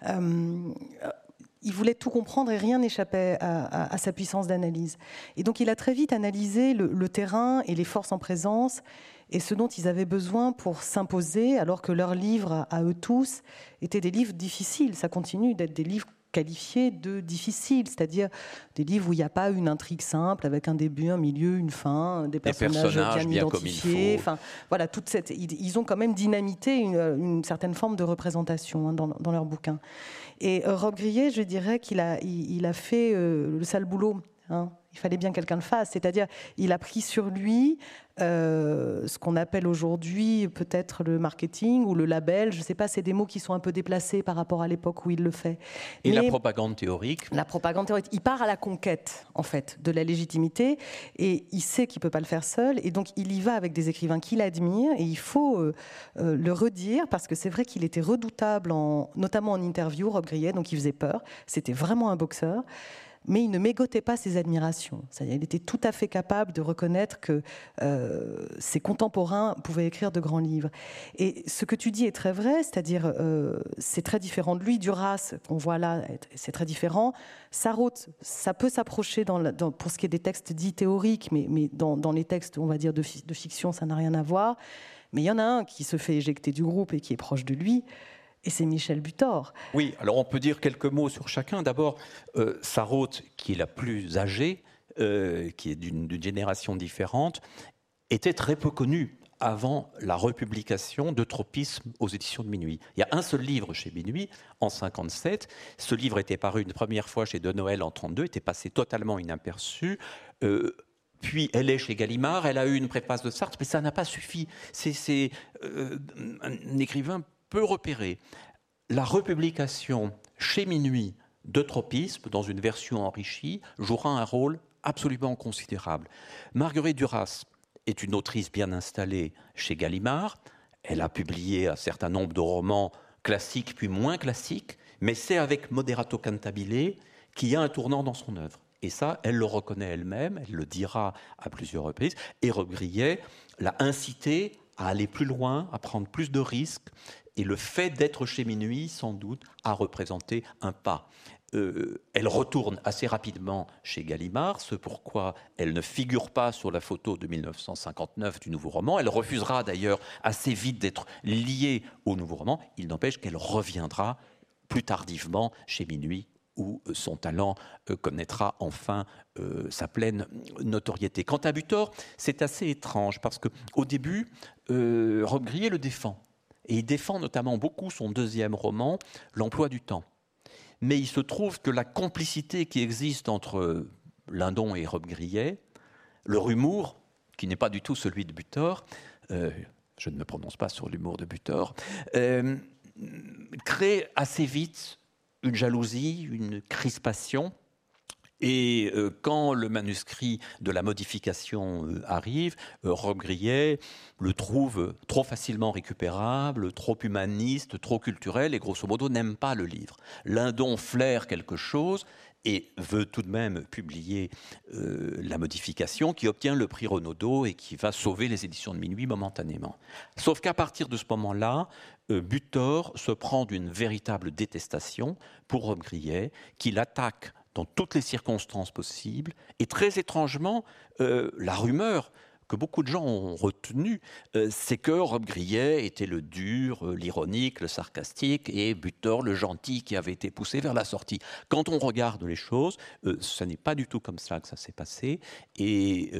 S1: Il voulait tout comprendre et rien n'échappait à sa puissance d'analyse. Et donc, il a très vite analysé le terrain et les forces en présence et ce dont ils avaient besoin pour s'imposer, alors que leurs livres, à eux tous, étaient des livres difficiles. Ça continue d'être des livres qualifiés de difficiles, c'est-à-dire des livres où il n'y a pas une intrigue simple avec un début, un milieu, une fin, des personnages bien identifiés. Enfin, voilà, ils ont quand même dynamité une certaine forme de représentation dans leurs bouquins. Et Robbe-Grillet, je dirais qu'il a fait le sale boulot. Il fallait bien que quelqu'un le fasse, c'est-à-dire il a pris sur lui ce qu'on appelle aujourd'hui peut-être le marketing ou le label, je ne sais pas, c'est des mots qui sont un peu déplacés par rapport à l'époque où il le fait.
S2: Et la propagande théorique.
S1: La propagande théorique. Il part à la conquête, en fait, de la légitimité, et il sait qu'il ne peut pas le faire seul, et donc il y va avec des écrivains qu'il admire, et il faut le redire, parce que c'est vrai qu'il était redoutable, notamment en interview, Robbe-Grillet, donc il faisait peur, c'était vraiment un boxeur. Mais il ne mégotait pas ses admirations. C'est-à-dire, il était tout à fait capable de reconnaître que ses contemporains pouvaient écrire de grands livres. Et ce que tu dis est très vrai, c'est-à-dire c'est très différent de lui. Duras, qu'on voit là, c'est très différent. Sarraute, ça peut s'approcher pour ce qui est des textes dits théoriques, mais dans les textes, on va dire, de fiction, ça n'a rien à voir. Mais il y en a un qui se fait éjecter du groupe et qui est proche de lui. Et c'est Michel Butor.
S2: Oui, alors on peut dire quelques mots sur chacun. D'abord, Sarraute, qui est la plus âgée, qui est d'une génération différente, était très peu connue avant la republication de Tropisme aux éditions de Minuit. Il y a un seul livre chez Minuit, en 1957. Ce livre était paru une première fois chez De Noël en 1932, était passé totalement inaperçu. Puis elle est chez Gallimard, elle a eu une préface de Sartre, mais ça n'a pas suffi. C'est un écrivain peu repéré. La republication chez Minuit de Tropisme, dans une version enrichie, jouera un rôle absolument considérable. Marguerite Duras est une autrice bien installée chez Gallimard. Elle a publié un certain nombre de romans classiques puis moins classiques, mais c'est avec Moderato Cantabile qu'il y a un tournant dans son œuvre. Et ça, elle le reconnaît elle-même, elle le dira à plusieurs reprises. Et Robbe-Grillet l'a incité à aller plus loin, à prendre plus de risques. Et le fait d'être chez Minuit, sans doute, a représenté un pas. Elle retourne assez rapidement chez Gallimard, ce pourquoi elle ne figure pas sur la photo de 1959 du nouveau roman. Elle refusera d'ailleurs assez vite d'être liée au nouveau roman. Il n'empêche qu'elle reviendra plus tardivement chez Minuit, où son talent connaîtra enfin sa pleine notoriété. Quant à Butor, c'est assez étrange, parce qu'au début, Robbe-Grillet le défend. Et il défend notamment beaucoup son deuxième roman, L'emploi du temps. Mais il se trouve que la complicité qui existe entre Lindon et Robbe-Grillet, leur humour, qui n'est pas du tout celui de Butor, je ne me prononce pas sur l'humour de Butor, crée assez vite une jalousie, une crispation. Et quand le manuscrit de la modification arrive, Robbe-Grillet le trouve trop facilement récupérable, trop humaniste, trop culturel, et grosso modo n'aime pas le livre. Lindon flaire quelque chose et veut tout de même publier la modification, qui obtient le prix Renaudot et qui va sauver les éditions de Minuit momentanément. Sauf qu'à partir de ce moment-là, Butor se prend d'une véritable détestation pour Robbe-Grillet, qui l'attaque dans toutes les circonstances possibles. Et très étrangement, la rumeur que beaucoup de gens ont retenue, c'est que Robbe-Grillet était le dur, l'ironique, le sarcastique, et Butor, le gentil, qui avait été poussé vers la sortie. Quand on regarde les choses, ce n'est pas du tout comme ça que ça s'est passé. Et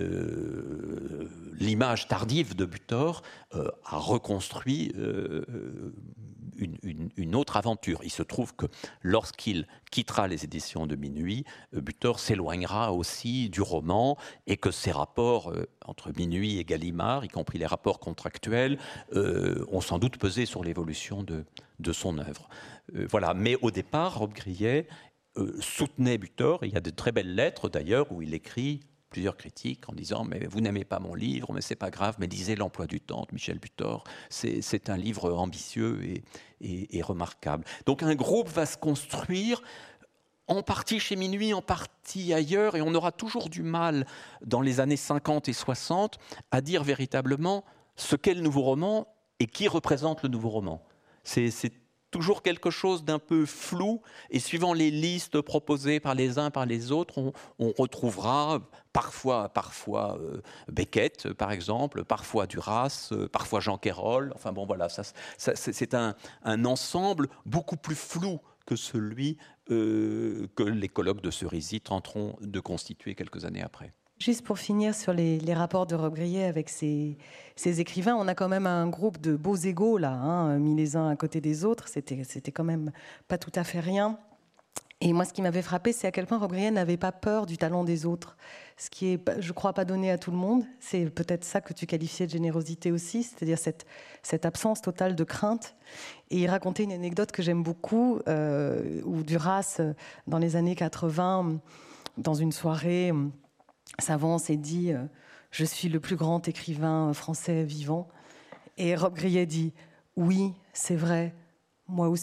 S2: l'image tardive de Butor a reconstruit une autre aventure. Il se trouve que lorsqu'il quittera les éditions de Minuit, Butor s'éloignera aussi du roman et que ses rapports entre Minuit et Gallimard, y compris les rapports contractuels, ont sans doute pesé sur l'évolution de son œuvre. Voilà. Mais au départ, Robbe-Grillet soutenait Butor. Il y a de très belles lettres d'ailleurs où il écrit plusieurs critiques en disant « mais vous n'aimez pas mon livre, mais c'est pas grave, mais lisez L'Emploi du temps de Michel Butor, c'est un livre ambitieux et remarquable ». Donc un groupe va se construire en partie chez Minuit, en partie ailleurs, et on aura toujours du mal dans les années 50 et 60 à dire véritablement ce qu'est le nouveau roman et qui représente le nouveau roman. C'est toujours quelque chose d'un peu flou, et suivant les listes proposées par les uns par les autres, on retrouvera parfois Beckett, par exemple, parfois Duras, parfois Jean Quérol. Enfin bon, voilà, c'est un ensemble beaucoup plus flou que celui que les colloques de Cerisy tenteront de constituer quelques années après.
S1: Juste pour finir sur les rapports de Robbe-Grillet avec ses écrivains, on a quand même un groupe de beaux égaux là, mis les uns à côté des autres. C'était quand même pas tout à fait rien. Et moi, ce qui m'avait frappé, c'est à quel point Robbe-Grillet n'avait pas peur du talent des autres. Ce qui est, je crois, pas donné à tout le monde. C'est peut-être ça que tu qualifiais de générosité aussi, c'est-à-dire cette absence totale de crainte. Et il racontait une anecdote que j'aime beaucoup, où Duras, dans les années 80, dans une soirée, s'avance et dit « Je suis le plus grand écrivain français vivant ». Et Robbe-Grillet dit « Oui, c'est vrai, moi aussi ».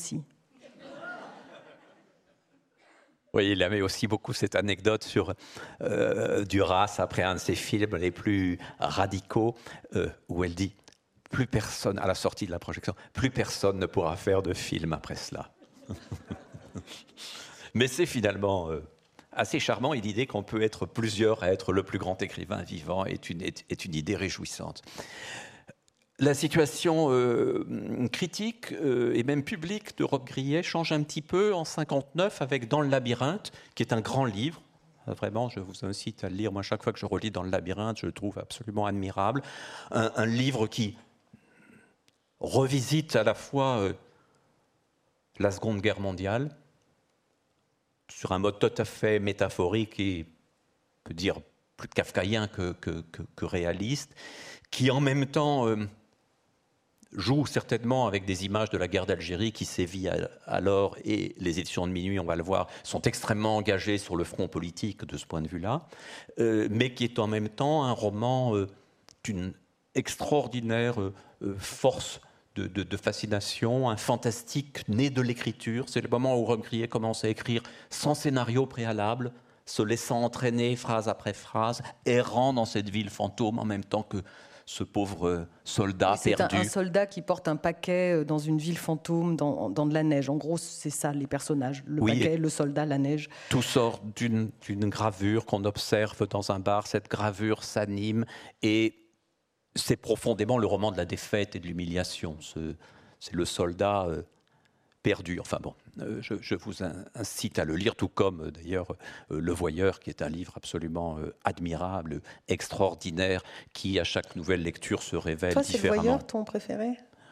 S2: Oui, il aimait aussi beaucoup cette anecdote sur Duras, après un de ses films les plus radicaux, où elle dit « Plus personne, à la sortie de la projection, plus personne ne pourra faire de film après cela ». Mais c'est finalement assez charmant, et l'idée qu'on peut être plusieurs à être le plus grand écrivain vivant est une idée réjouissante. La situation critique et même publique de Robbe-Grillet change un petit peu en 1959 avec Dans le labyrinthe, qui est un grand livre. Vraiment, je vous incite à le lire. Moi, chaque fois que je relis Dans le labyrinthe, je le trouve absolument admirable. Un livre qui revisite à la fois la Seconde Guerre mondiale, sur un mode tout à fait métaphorique et, on peut dire, plus kafkaïen que réaliste, qui en même temps joue certainement avec des images de la guerre d'Algérie qui sévit alors, et les éditions de Minuit, on va le voir, sont extrêmement engagées sur le front politique de ce point de vue-là, mais qui est en même temps un roman d'une extraordinaire force de fascination, un fantastique né de l'écriture. C'est le moment où Robbe-Grillet commence à écrire sans scénario préalable, se laissant entraîner phrase après phrase, errant dans cette ville fantôme en même temps que ce pauvre soldat perdu.
S1: C'est un soldat qui porte un paquet dans une ville fantôme, dans de la neige. En gros, c'est ça, les personnages. Le paquet, le soldat, la neige.
S2: Tout sort d'une gravure qu'on observe dans un bar. Cette gravure s'anime et c'est profondément le roman de la défaite et de l'humiliation. C'est le soldat perdu. Enfin bon, je vous incite à le lire, tout comme d'ailleurs Le Voyeur, qui est un livre absolument admirable, extraordinaire, qui à chaque nouvelle lecture se révèle différemment.
S1: Toi, c'est Le Voyeur ton préféré ?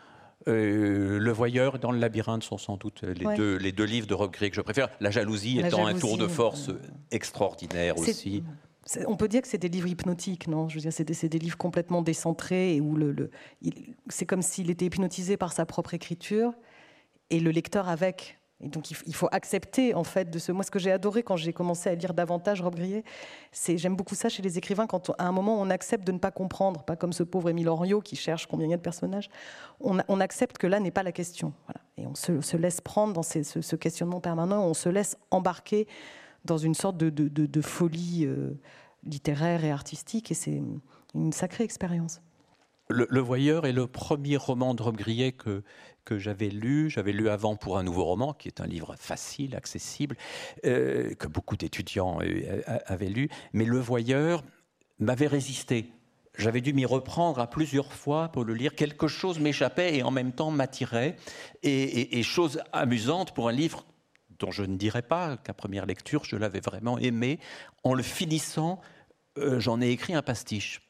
S2: Le Voyeur et Dans le labyrinthe sont sans doute les deux livres de Robbe-Grillet que je préfère. La jalousie étant un tour de force extraordinaire aussi.
S1: On peut dire que c'est des livres hypnotiques, non ? Je veux dire, c'est des livres complètement décentrés et où c'est comme s'il était hypnotisé par sa propre écriture et le lecteur avec. Et donc, il faut accepter, en fait, Moi, ce que j'ai adoré quand j'ai commencé à lire davantage Robbe-Grillet, j'aime beaucoup ça chez les écrivains, quand à un moment, on accepte de ne pas comprendre, pas comme ce pauvre Émile Henriot qui cherche combien il y a de personnages. On accepte que là n'est pas la question. Voilà. Et on se laisse prendre dans ce questionnement permanent, on se laisse embarquer dans une sorte de folie littéraire et artistique, et c'est une sacrée expérience.
S2: Le Voyeur est le premier roman de Robbe-Grillet que j'avais lu. J'avais lu avant Pour un nouveau roman, qui est un livre facile, accessible, que beaucoup d'étudiants avaient lu. Mais Le Voyeur m'avait résisté. J'avais dû m'y reprendre à plusieurs fois pour le lire. Quelque chose m'échappait et en même temps m'attirait. Et chose amusante pour un livre dont je ne dirais pas qu'à première lecture, je l'avais vraiment aimé. En le finissant, j'en ai écrit un pastiche.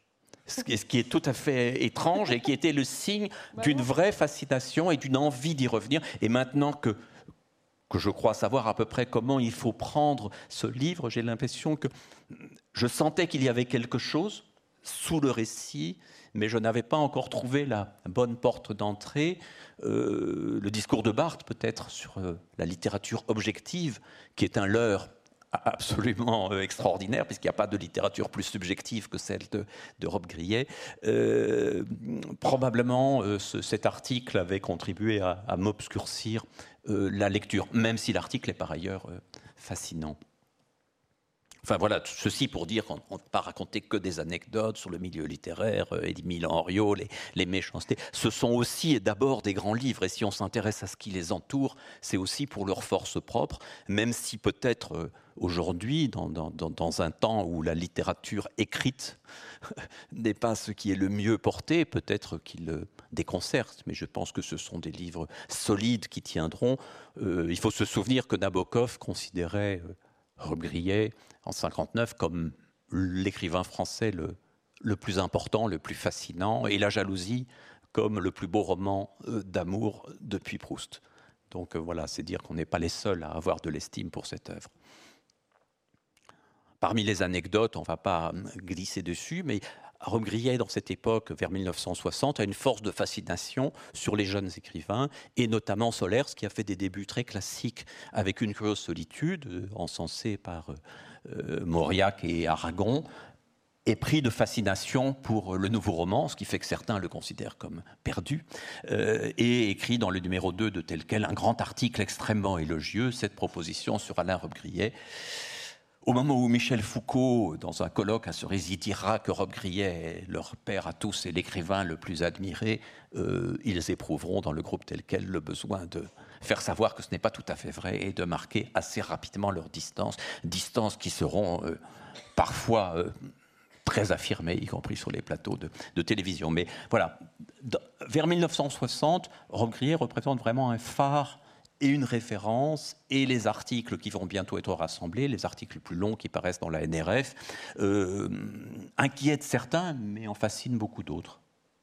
S2: Ce qui est tout à fait étrange et qui était le signe d'une vraie fascination et d'une envie d'y revenir. Et maintenant que je crois savoir à peu près comment il faut prendre ce livre, j'ai l'impression que je sentais qu'il y avait quelque chose sous le récit, mais je n'avais pas encore trouvé la bonne porte d'entrée. Le discours de Barthes, peut-être, sur la littérature objective, qui est un leurre absolument extraordinaire, puisqu'il n'y a pas de littérature plus subjective que celle de Rob Grillet. Probablement, cet article avait contribué à m'obscurcir la lecture, même si l'article est par ailleurs fascinant. Enfin voilà, ceci pour dire qu'on ne peut pas raconter que des anecdotes sur le milieu littéraire, Émile Henriot, les méchancetés. Ce sont aussi et d'abord des grands livres, et si on s'intéresse à ce qui les entoure, c'est aussi pour leur force propre, même si peut-être aujourd'hui, dans un temps où la littérature écrite n'est pas ce qui est le mieux porté, peut-être qu'il déconcerte, mais je pense que ce sont des livres solides qui tiendront. Il faut se souvenir que Nabokov considérait Rob Grillet en 1959 comme l'écrivain français le plus important, le plus fascinant, et La jalousie comme le plus beau roman d'amour depuis Proust. Donc voilà, c'est dire qu'on n'est pas les seuls à avoir de l'estime pour cette œuvre. Parmi les anecdotes, on ne va pas glisser dessus, mais Rob Grillet, dans cette époque, vers 1960, a une force de fascination sur les jeunes écrivains, et notamment Solers, qui a fait des débuts très classiques avec Une curieuse solitude, encensée par Mauriac et Aragon, est pris de fascination pour le nouveau roman, ce qui fait que certains le considèrent comme perdu, et écrit dans le numéro 2 de Tel Quel un grand article extrêmement élogieux, cette proposition sur Alain Rob Grillet. Au moment où Michel Foucault, dans un colloque à Cerisy, dira que Rob Grillet est leur père à tous et l'écrivain le plus admiré, ils éprouveront dans le groupe Tel Quel le besoin de faire savoir que ce n'est pas tout à fait vrai et de marquer assez rapidement leur distances qui seront parfois très affirmées, y compris sur les plateaux de télévision. Mais voilà, vers 1960, Rob Grillet représente vraiment un phare et une référence, et les articles qui vont bientôt être rassemblés, les articles plus longs qui paraissent dans la NRF, inquiètent certains, mais en fascinent beaucoup d'autres.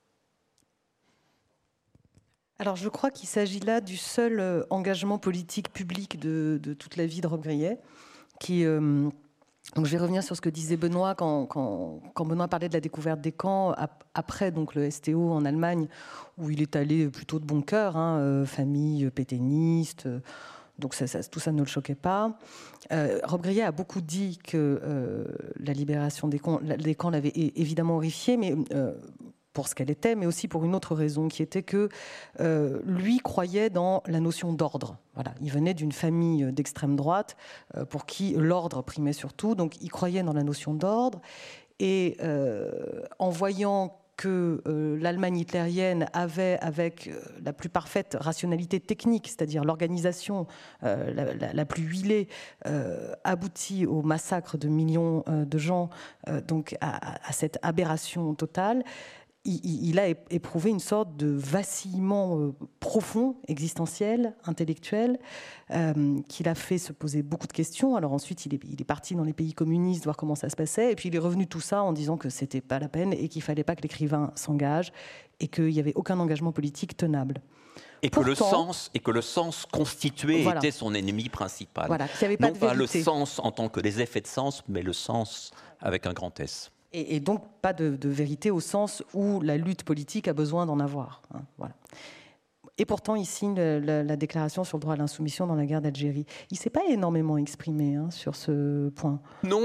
S1: Alors je crois qu'il s'agit là du seul engagement politique public de toute la vie de Rob Grillet, qui... Donc je vais revenir sur ce que disait Benoît quand Benoît parlait de la découverte des camps après donc le STO en Allemagne, où il est allé plutôt de bon cœur, famille pétainiste, donc tout ça ne le choquait pas. Rob Grillet a beaucoup dit que la libération des camps l'avait évidemment horrifié, mais pour ce qu'elle était, mais aussi pour une autre raison, qui était que lui croyait dans la notion d'ordre. Voilà. Il venait d'une famille d'extrême droite pour qui l'ordre primait surtout, donc il croyait dans la notion d'ordre. Et en voyant que l'Allemagne hitlérienne avait, avec la plus parfaite rationalité technique, c'est-à-dire l'organisation la plus huilée, abouti au massacre de millions de gens, donc à cette aberration totale, il a éprouvé une sorte de vacillement profond, existentiel, intellectuel, qui l'a fait se poser beaucoup de questions. Alors ensuite, il est parti dans les pays communistes voir comment ça se passait, et puis il est revenu tout ça en disant que c'était pas la peine et qu'il fallait pas que l'écrivain s'engage et qu'il n'y avait aucun engagement politique tenable.
S2: Et pourtant, que le sens constitué était son ennemi principal.
S1: Voilà, qu'il n'y avait pas
S2: non
S1: de
S2: pas
S1: vérité.
S2: Le sens en tant que des effets de sens, mais le sens avec un grand S.
S1: Et donc pas de vérité au sens où la lutte politique a besoin d'en avoir. Voilà. Et pourtant, il signe la déclaration sur le droit à l'insoumission dans la guerre d'Algérie. Il ne s'est pas énormément exprimé sur ce point.
S2: Non,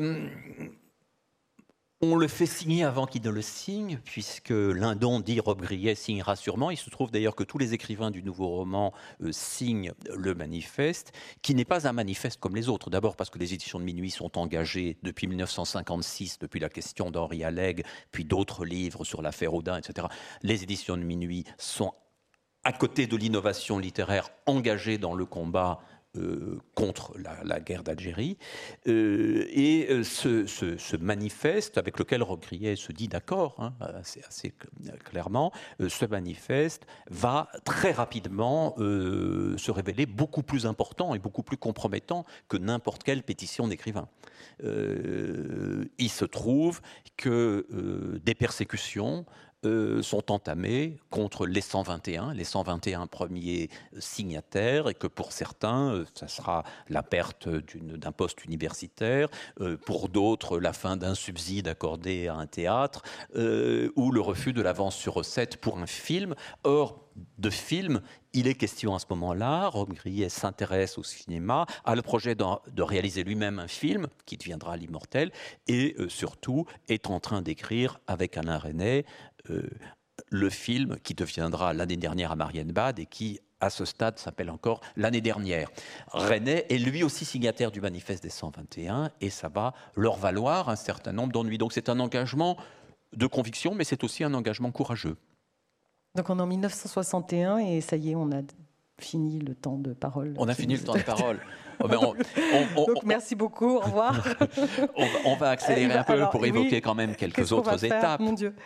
S2: on le fait signer avant qu'il ne le signe, puisque Lindon dit Rob Grillet signera sûrement. Il se trouve d'ailleurs que tous les écrivains du nouveau roman signent le manifeste, qui n'est pas un manifeste comme les autres. D'abord parce que les éditions de Minuit sont engagées depuis 1956, depuis la question d'Henri Allègre, puis d'autres livres sur l'affaire Audin, etc. Les éditions de Minuit sont, à côté de l'innovation littéraire, engagées dans le combat contre la guerre d'Algérie, et ce manifeste, avec lequel Roch Grillet se dit d'accord, hein, assez clairement, ce manifeste va très rapidement se révéler beaucoup plus important et beaucoup plus compromettant que n'importe quelle pétition d'écrivain. Il se trouve que des persécutions sont entamées contre les 121 premiers signataires, et que pour certains, ça sera la perte d'un poste universitaire, pour d'autres, la fin d'un subside accordé à un théâtre, ou le refus de l'avance sur recette pour un film. Or, de film, il est question à ce moment-là. Roch Grillet s'intéresse au cinéma, a le projet de réaliser lui-même un film qui deviendra L'Immortel, et surtout est en train d'écrire avec Alain Resnais le film qui deviendra l'année dernière à Marienbad et qui, à ce stade, s'appelle encore L'année dernière. Resnais est lui aussi signataire du manifeste des 121, et ça va leur valoir un certain nombre d'ennuis. Donc c'est un engagement de conviction, mais c'est aussi un engagement courageux.
S1: Donc on est en 1961 et ça y est, on a fini le temps de parole.
S2: On a fini le temps de parole.
S1: Donc merci beaucoup, au revoir.
S2: On va accélérer un peu pour évoquer quand même quelques autres étapes.
S1: Mon Dieu.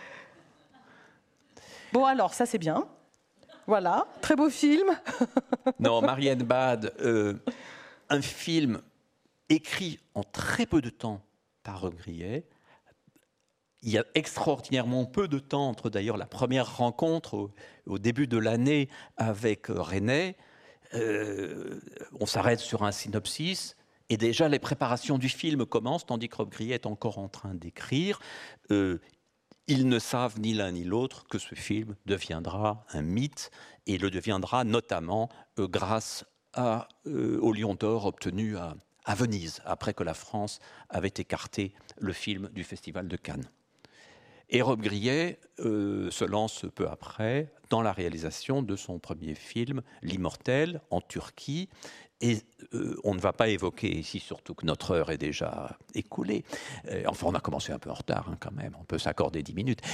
S1: Bon alors, ça c'est bien. Voilà, très beau film.
S2: Non, Marienbad, un film écrit en très peu de temps par Roch Grillet. Il y a extraordinairement peu de temps entre d'ailleurs la première rencontre au début de l'année avec Resnais. On s'arrête sur un synopsis et déjà les préparations du film commencent, tandis que Roch Grillet est encore en train d'écrire. Ils ne savent ni l'un ni l'autre que ce film deviendra un mythe, et le deviendra notamment grâce au Lion d'Or obtenu à Venise, après que la France avait écarté le film du Festival de Cannes. Et Roch Grillet se lance peu après dans la réalisation de son premier film, L'Immortel, en Turquie. Et on ne va pas évoquer ici, surtout que notre heure est déjà écoulée. Enfin, on a commencé un peu en retard, hein, quand même. On peut s'accorder 10 minutes.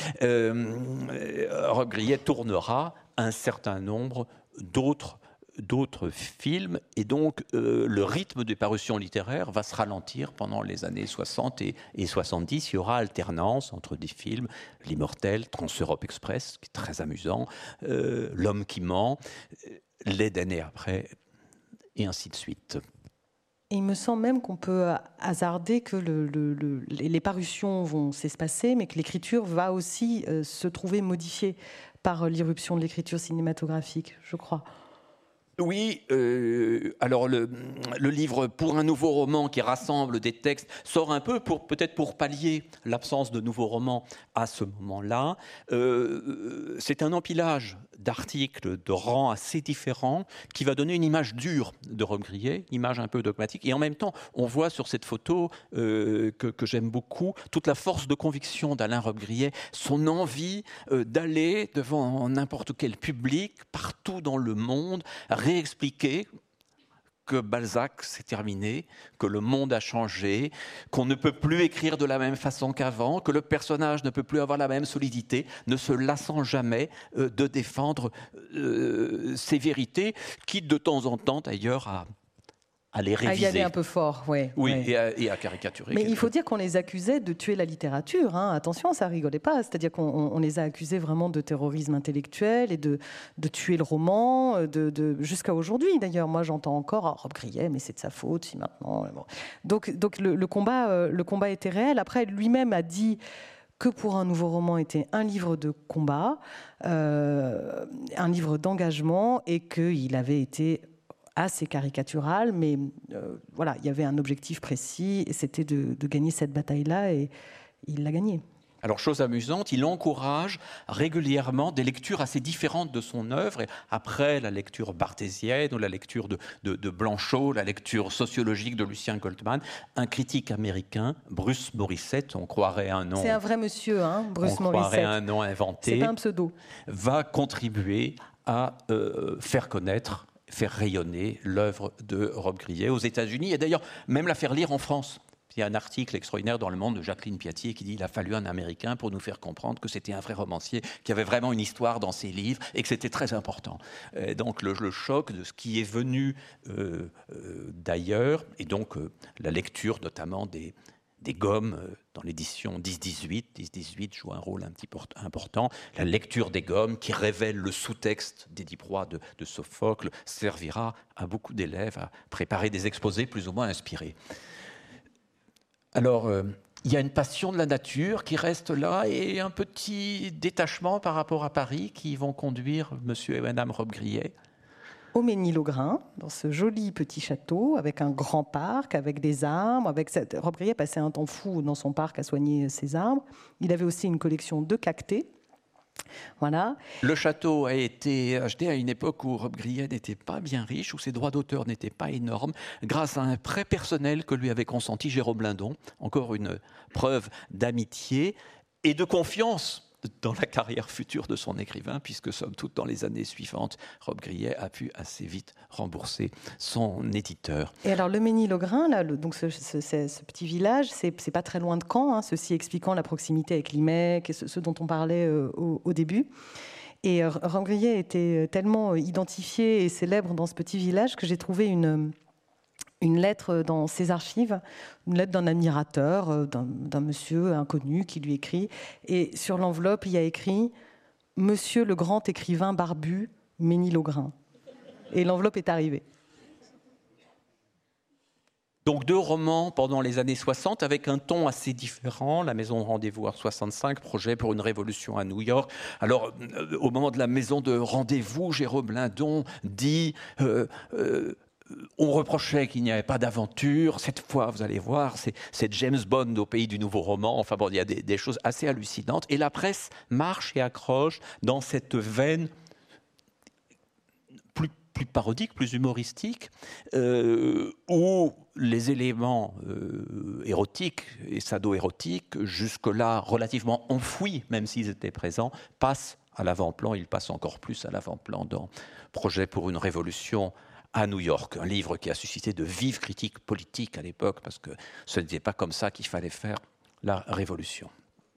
S2: Roch Grillet tournera un certain nombre d'autres films, et donc le rythme des parutions littéraires va se ralentir pendant les années 60 et 70. Il y aura alternance entre des films, L'Immortel, Trans-Europe Express, qui est très amusant, L'Homme qui ment, Les damnés après, et ainsi de suite.
S1: Et il me semble même qu'on peut hasarder que les parutions vont s'espacer, mais que l'écriture va aussi se trouver modifiée par l'irruption de l'écriture cinématographique, je crois.
S2: Oui, alors le livre Pour un nouveau roman, qui rassemble des textes, sort un peu peut-être pour pallier l'absence de nouveaux romans à ce moment-là. C'est un empilage d'articles, de rangs assez différents, qui va donner une image dure de Roch Grillet, une image un peu dogmatique. Et en même temps, on voit sur cette photo que j'aime beaucoup, toute la force de conviction d'Alain Roch Grillet, son envie d'aller devant n'importe quel public, partout dans le monde, réexpliquer que Balzac c'est terminé, que le monde a changé, qu'on ne peut plus écrire de la même façon qu'avant, que le personnage ne peut plus avoir la même solidité, ne se lassant jamais de défendre ces vérités, quitte de temps en temps d'ailleurs à les réviser.
S1: À y aller un peu fort, oui.
S2: Oui, ouais. Et à caricaturer.
S1: Mais il faut dire qu'on les accusait de tuer la littérature. Hein. Attention, ça rigolait pas. C'est-à-dire qu'on les a accusés vraiment de terrorisme intellectuel et de tuer le roman, jusqu'à aujourd'hui. D'ailleurs, moi, j'entends encore Roch Grillet, mais c'est de sa faute, si maintenant. Bon. Donc le combat était réel. Après, lui-même a dit que Pour un nouveau roman était un livre de combat, un livre d'engagement, et qu'il avait été assez caricatural, mais voilà, il y avait un objectif précis, et c'était de gagner cette bataille-là, et il l'a gagnée.
S2: Alors, chose amusante, il encourage régulièrement des lectures assez différentes de son œuvre. Et après la lecture barthésienne ou la lecture de Blanchot, la lecture sociologique de Lucien Goldman, un critique américain, Bruce Morissette, on croirait un nom...
S1: C'est un vrai monsieur, hein, Bruce Morissette.
S2: On croirait un nom inventé.
S1: C'est pas un pseudo.
S2: Va contribuer à faire connaître, faire rayonner l'œuvre de Roch Grillet aux États-Unis, et d'ailleurs même la faire lire en France. Il y a un article extraordinaire dans Le Monde de Jacqueline Piatier qui dit qu'il a fallu un Américain pour nous faire comprendre que c'était un vrai romancier, qui avait vraiment une histoire dans ses livres et que c'était très important. Donc le choc de ce qui est venu d'ailleurs, et donc la lecture notamment des gommes dans l'édition 10-18. 10-18 joue un rôle un petit peu important. La lecture des gommes qui révèle le sous-texte d'Édipe-Roi de Sophocle servira à beaucoup d'élèves à préparer des exposés plus ou moins inspirés. Alors, il y a une passion de la nature qui reste là et un petit détachement par rapport à Paris qui vont conduire monsieur et madame Robbe-Grillet
S1: au Mesnil-Augrain, dans ce joli petit château, avec un grand parc, avec des arbres. Robbe-Grillet passait un temps fou dans son parc à soigner ses arbres. Il avait aussi une collection de cactés. Voilà.
S2: Le château a été acheté à une époque où Robbe-Grillet n'était pas bien riche, où ses droits d'auteur n'étaient pas énormes, grâce à un prêt personnel que lui avait consenti Jérôme Lindon. Encore une preuve d'amitié et de confiance dans la carrière future de son écrivain, puisque somme toute dans les années suivantes, Robbe-Grillet a pu assez vite rembourser son éditeur.
S1: Et alors le Mesnil-Augrain, là, donc ce petit village, c'est pas très loin de Caen, hein, ceci expliquant la proximité avec l'IMEC, et ce dont on parlait au début. Et Robbe-Grillet était tellement identifié et célèbre dans ce petit village que j'ai trouvé une lettre dans ses archives, une lettre d'un admirateur, d'un monsieur inconnu qui lui écrit. Et sur l'enveloppe, il y a écrit « Monsieur le grand écrivain barbu, Mesnil-Augrain ». Et l'enveloppe est arrivée.
S2: Donc 2 romans pendant les années 60 avec un ton assez différent. La Maison de Rendez-vous en 65, projet pour une révolution à New York. Alors au moment de la Maison de Rendez-vous, Jérôme Lindon dit... on reprochait qu'il n'y avait pas d'aventure. Cette fois, vous allez voir, c'est James Bond au pays du nouveau roman. Enfin bon, il y a des choses assez hallucinantes. Et la presse marche et accroche dans cette veine plus parodique, plus humoristique, où les éléments érotiques et sado-érotiques, jusque-là relativement enfouis, même s'ils étaient présents, passent à l'avant-plan. Ils passent encore plus à l'avant-plan dans Projet pour une révolution à New York, un livre qui a suscité de vives critiques politiques à l'époque, parce que ce n'était pas comme ça qu'il fallait faire la révolution.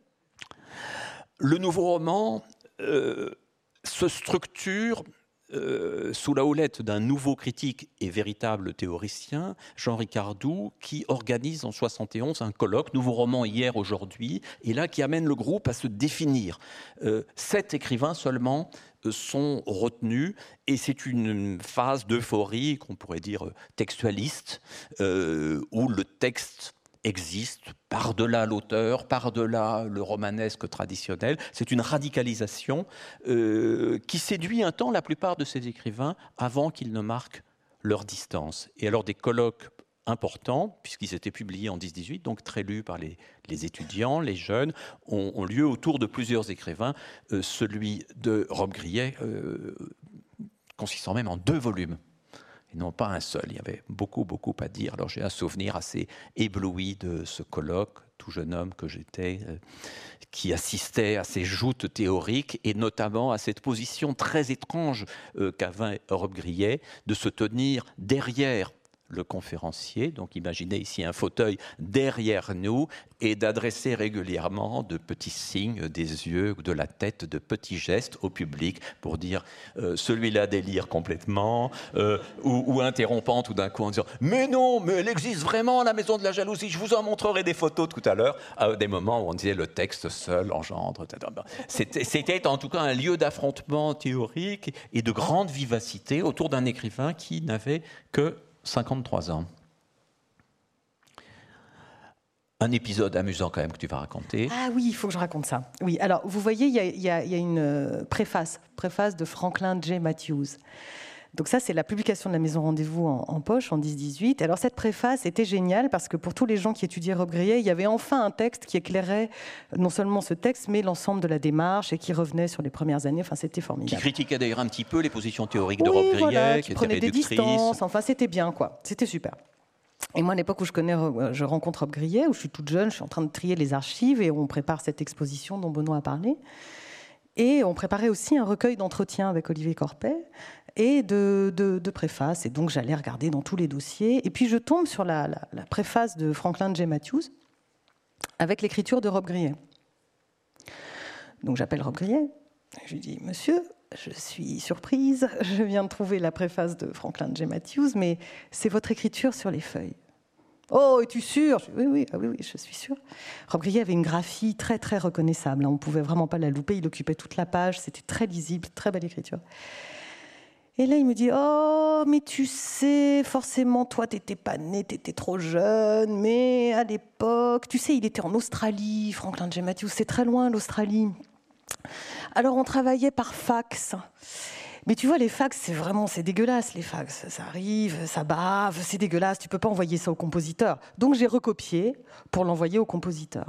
S2: Le nouveau roman se structure sous la houlette d'un nouveau critique et véritable théoricien, Jean Ricardou, qui organise en 71 un colloque, Nouveau roman hier, aujourd'hui, et là qui amène le groupe à se définir. 7 écrivains seulement sont retenus, et c'est une phase d'euphorie, qu'on pourrait dire textualiste, où le texte existe par-delà l'auteur, par-delà le romanesque traditionnel. C'est une radicalisation qui séduit un temps la plupart de ces écrivains avant qu'ils ne marquent leur distance. Et alors des colloques importants, puisqu'ils étaient publiés en 10-18, donc très lus par les étudiants, les jeunes, ont lieu autour de plusieurs écrivains, celui de Robbe-Grillet consistant même en 2 volumes. Et non pas un seul. Il y avait beaucoup à dire. Alors j'ai un souvenir assez ébloui de ce colloque, tout jeune homme que j'étais, qui assistait à ces joutes théoriques et notamment à cette position très étrange qu'avait Robbe-Grillet de se tenir derrière le conférencier, donc imaginez ici un fauteuil derrière nous, et d'adresser régulièrement de petits signes des yeux ou de la tête, de petits gestes au public pour dire celui-là délire complètement, ou interrompant tout d'un coup en disant « Mais non, mais elle existe vraiment, la maison de la jalousie, je vous en montrerai des photos tout à l'heure », à des moments où on disait « le texte seul engendre ». C'était en tout cas un lieu d'affrontement théorique et de grande vivacité autour d'un écrivain qui n'avait que 53 ans. Un épisode amusant quand même que tu vas raconter.
S1: Ah oui, il faut que je raconte ça. Oui, alors vous voyez, il y a une préface de Franklin J. Matthews. Donc ça, c'est la publication de la Maison Rendez-vous en poche en 10-18. Alors cette préface était géniale parce que pour tous les gens qui étudiaient Robbe-Grillet, il y avait enfin un texte qui éclairait non seulement ce texte, mais l'ensemble de la démarche et qui revenait sur les premières années. Enfin, c'était formidable.
S2: Qui critiquait d'ailleurs un petit peu les positions théoriques de Robbe-Grillet,
S1: voilà,
S2: qui
S1: prenait des distances. Enfin, c'était bien, quoi. C'était super. Et moi, à l'époque où je rencontre Robbe-Grillet, où je suis toute jeune, je suis en train de trier les archives et on prépare cette exposition dont Benoît a parlé. Et on préparait aussi un recueil d'entretiens avec Olivier Corpet. et de préfaces. Et donc, j'allais regarder dans tous les dossiers. Et puis, je tombe sur la préface de Franklin J. Matthews avec l'écriture de Rob Grillet. Donc, j'appelle Rob Grillet. Je lui dis, monsieur, je suis surprise, je viens de trouver la préface de Franklin J. Matthews, mais c'est votre écriture sur les feuilles. Oh, es-tu sûr ? Oui, je suis sûre. Rob Grillet avait une graphie très, très reconnaissable. On ne pouvait vraiment pas la louper. Il occupait toute la page. C'était très lisible, très belle écriture. Et là, il me dit, oh, mais tu sais, forcément, toi, tu n'étais pas né, tu étais trop jeune. Mais à l'époque, tu sais, il était en Australie, Franklin J. Matthews. C'est très loin, l'Australie. Alors, on travaillait par fax. Mais tu vois, les fax, c'est dégueulasse, les fax. Ça arrive, ça bave, c'est dégueulasse. Tu ne peux pas envoyer ça au compositeur. Donc, j'ai recopié pour l'envoyer au compositeur.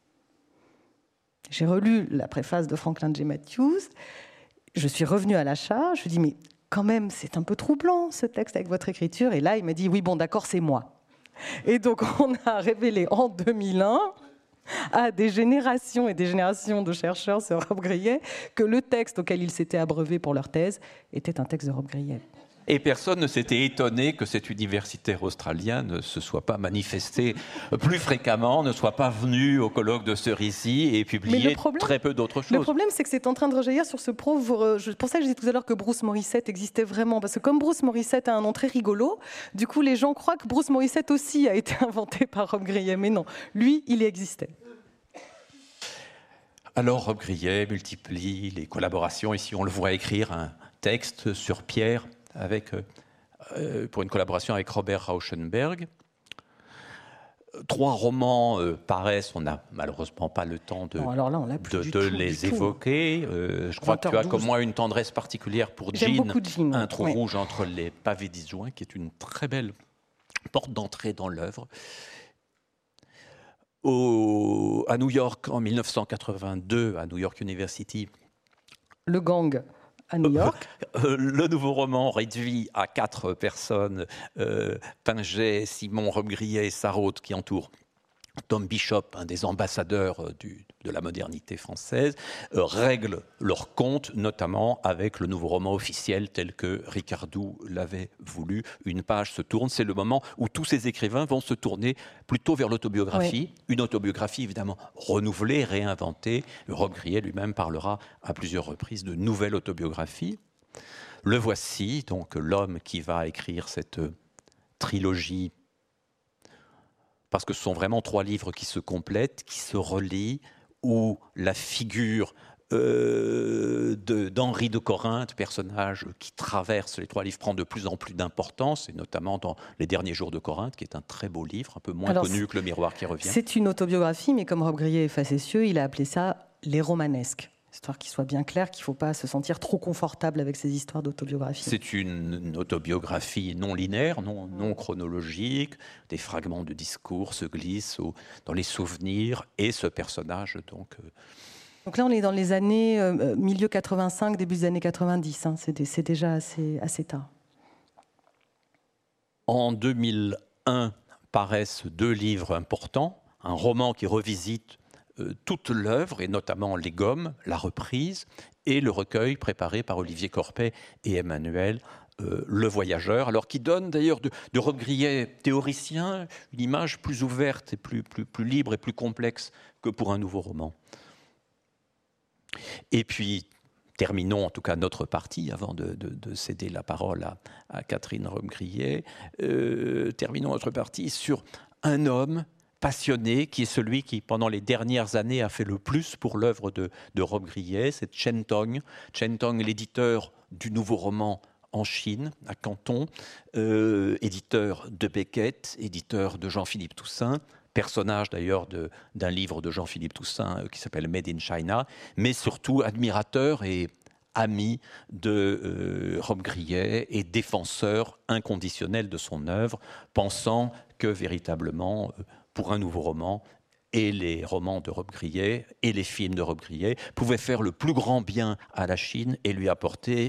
S1: J'ai relu la préface de Franklin J. Matthews. Je suis revenue à l'achat. Je lui ai dit, mais quand même, c'est un peu troublant, ce texte avec votre écriture. Et là, il m'a dit, oui, bon, d'accord, c'est moi. Et donc, on a révélé en 2001... à des générations et des générations de chercheurs sur Rob Grillet que le texte auquel ils s'étaient abreuvés pour leur thèse était un texte de Rob Grillet.
S2: Et personne ne s'était étonné que cet universitaire australien ne se soit pas manifesté plus fréquemment, ne soit pas venu au colloque de Cerisy et publié très peu d'autres choses.
S1: Le problème, c'est que c'est en train de rejaillir sur ce pauvre... C'est pour ça que je disais tout à l'heure que Bruce Morissette existait vraiment. Parce que comme Bruce Morissette a un nom très rigolo, du coup, les gens croient que Bruce Morissette aussi a été inventé par Rob Grillet. Mais non, lui, il existait.
S2: Alors, Rob Grillet multiplie les collaborations. Ici, on le voit écrire un texte sur pierre pour une collaboration avec Robert Rauschenberg. 3 romans paraissent, on n'a malheureusement pas le temps de les évoquer. Je crois que tu as comme moi une tendresse particulière pour Jean, Un trou rouge entre les pavés disjoints, qui est une très belle porte d'entrée dans l'œuvre. À New York, en 1982, à New York University.
S1: Le gang à New York.
S2: Le nouveau roman réduit à 4 personnes, Pinget, Simon, Rob Grillet et Sarraute, qui entourent Tom Bishop, un des ambassadeurs de la modernité française, règlent leur compte, notamment avec le nouveau roman officiel tel que Ricardou l'avait voulu. Une page se tourne, c'est le moment où tous ces écrivains vont se tourner plutôt vers l'autobiographie, une autobiographie évidemment renouvelée, réinventée. Rob Grillet lui-même parlera à plusieurs reprises de nouvelle autobiographie. Le voici, donc l'homme qui va écrire cette trilogie, parce que ce sont vraiment 3 livres qui se complètent, qui se relient, où la figure d'Henri de Corinthe, personnage qui traverse les 3 livres, prend de plus en plus d'importance, et notamment dans Les Derniers jours de Corinthe, qui est un très beau livre, un peu moins connu que Le Miroir qui revient.
S1: C'est une autobiographie, mais comme Rob Grillet est facétieux, il a appelé ça les romanesques. Histoire qu'il soit bien clair qu'il ne faut pas se sentir trop confortable avec ces histoires d'autobiographie.
S2: C'est une autobiographie non linéaire, non chronologique. Des fragments de discours se glissent dans les souvenirs et ce personnage. Donc
S1: là, on est dans les années milieu 85, début des années 90. Hein. C'est déjà assez tard.
S2: En 2001 paraissent 2 livres importants. Un roman qui revisite toute l'œuvre, et notamment les gommes, la reprise, et le recueil préparé par Olivier Corpet et Emmanuel, Le Voyageur, alors qui donne d'ailleurs de Rob Grillet, théoricien, une image plus ouverte et plus libre et plus complexe que pour un nouveau roman. Et puis, terminons en tout cas notre partie, avant de céder la parole à Catherine Rob Grillet, terminons notre partie sur un homme passionné, qui est celui qui, pendant les dernières années, a fait le plus pour l'œuvre de Rob Grillet, c'est Chen Tong. Chen Tong, l'éditeur du nouveau roman en Chine, à Canton, éditeur de Beckett, éditeur de Jean-Philippe Toussaint, personnage d'ailleurs d'un livre de Jean-Philippe Toussaint qui s'appelle Made in China, mais surtout admirateur et ami de Rob Grillet et défenseur inconditionnel de son œuvre, pensant que véritablement, pour un nouveau roman, et les romans de Rob Grillet et les films de Rob Grillet pouvaient faire le plus grand bien à la Chine et lui apporter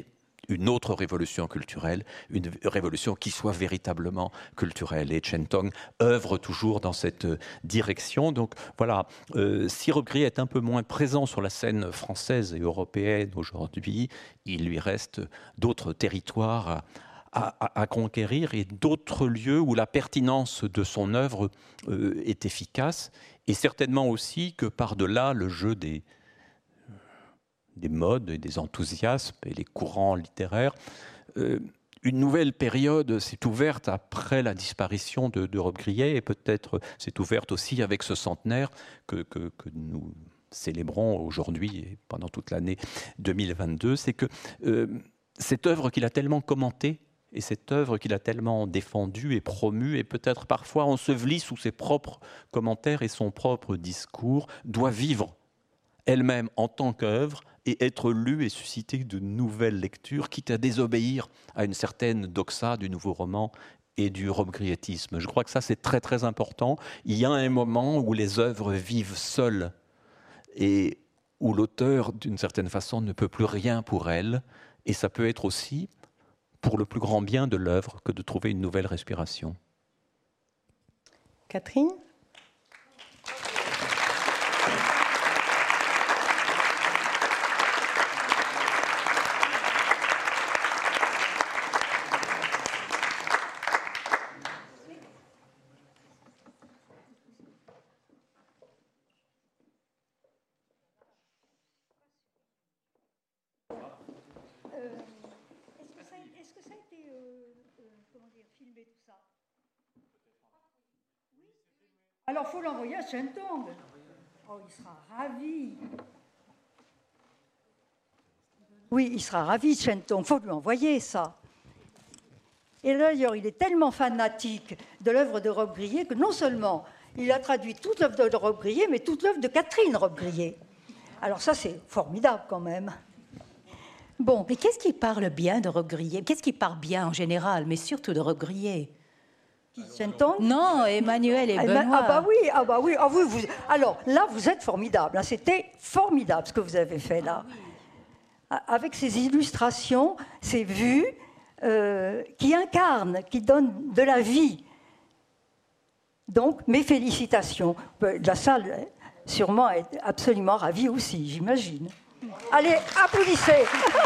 S2: une autre révolution culturelle, une révolution qui soit véritablement culturelle. Et Chen Tong œuvre toujours dans cette direction. Donc voilà, si Rob Grillet est un peu moins présent sur la scène française et européenne aujourd'hui, il lui reste d'autres territoires à conquérir et d'autres lieux où la pertinence de son œuvre est efficace, et certainement aussi que par-delà le jeu des modes et des enthousiasmes et les courants littéraires, une nouvelle période s'est ouverte après la disparition de Rob Grillet, et peut-être s'est ouverte aussi avec ce centenaire que nous célébrons aujourd'hui et pendant toute l'année 2022. C'est que cette œuvre qu'il a tellement commentée et cette œuvre qu'il a tellement défendue et promue, et peut-être parfois ensevelie sous ses propres commentaires et son propre discours, doit vivre elle-même en tant qu'œuvre et être lue et susciter de nouvelles lectures, quitte à désobéir à une certaine doxa du nouveau roman et du robgrietisme. Je crois que ça, c'est très très important. Il y a un moment où les œuvres vivent seules et où l'auteur, d'une certaine façon, ne peut plus rien pour elles, et ça peut être aussi pour le plus grand bien de l'œuvre que de trouver une nouvelle respiration.
S1: Catherine ?
S3: Alors, il faut l'envoyer à Chen Tong. Oh, il sera ravi. Oui, il sera ravi, Chen Tong. Il faut lui envoyer ça. Et d'ailleurs, il est tellement fanatique de l'œuvre de Rob Grillet que non seulement il a traduit toute l'œuvre de Rob Grillet, mais toute l'œuvre de Catherine Rob Grillet. Alors ça, c'est formidable quand même.
S4: Bon. Mais qu'est-ce qui parle bien de Rob Grillet ? Qu'est-ce qui parle bien en général, mais surtout de Rob Grillet ?
S3: Chen Tong ?
S4: Non, Emmanuel et Benoît.
S3: Ah bah oui. Alors là, vous êtes formidable. C'était formidable ce que vous avez fait là. Avec ces illustrations, ces vues qui incarnent, qui donnent de la vie. Donc, mes félicitations. La salle, sûrement, est absolument ravie aussi, j'imagine. Allez, applaudissez.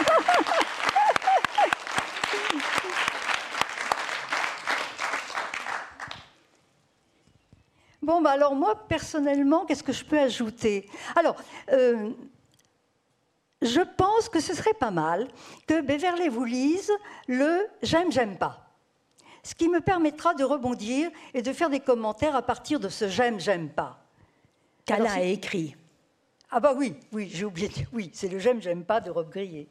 S3: Bon, bah alors moi, personnellement, qu'est-ce que je peux ajouter ? Alors, je pense que ce serait pas mal que Beverley vous lise le « J'aime, j'aime pas », ce qui me permettra de rebondir et de faire des commentaires à partir de ce « J'aime, j'aime pas ».
S4: Qu'elle a écrit.
S3: Ah bah oui, j'ai oublié. Oui, c'est le « J'aime, j'aime pas » de Rob Grillet.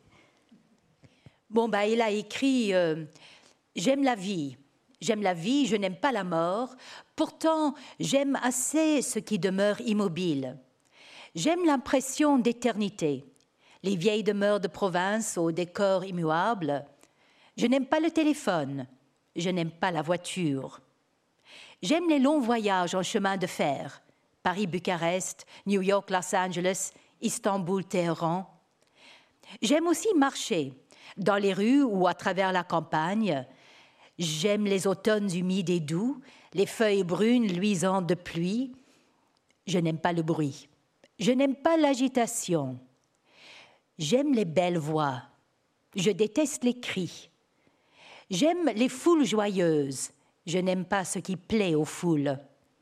S4: Bon, bah il a écrit « J'aime la vie. J'aime la vie, je n'aime pas la mort. Pourtant, j'aime assez ce qui demeure immobile. J'aime l'impression d'éternité, les vieilles demeures de province au décor immuable. Je n'aime pas le téléphone, je n'aime pas la voiture. J'aime les longs voyages en chemin de fer, Paris-Bucarest, New York-Los Angeles, Istanbul-Téhéran. J'aime aussi marcher dans les rues ou à travers la campagne. J'aime les automnes humides et doux, les feuilles brunes luisantes de pluie. Je n'aime pas le bruit. Je n'aime pas l'agitation. J'aime les belles voix. Je déteste les cris. J'aime les foules joyeuses. Je n'aime pas ce qui plaît aux foules.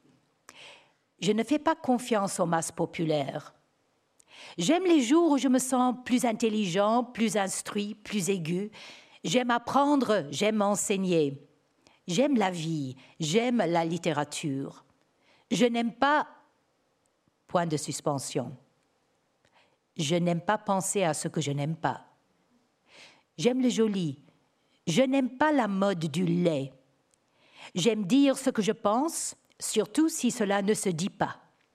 S4: Je ne fais pas confiance aux masses populaires. J'aime les jours où je me sens plus intelligent, plus instruit, plus aigu. J'aime apprendre, j'aime enseigner. J'aime la vie, j'aime la littérature. Je n'aime pas... Point de suspension. Je n'aime pas penser à ce que je n'aime pas. J'aime le joli. Je n'aime pas la mode du lait. J'aime dire ce que je pense, surtout si cela ne se dit pas.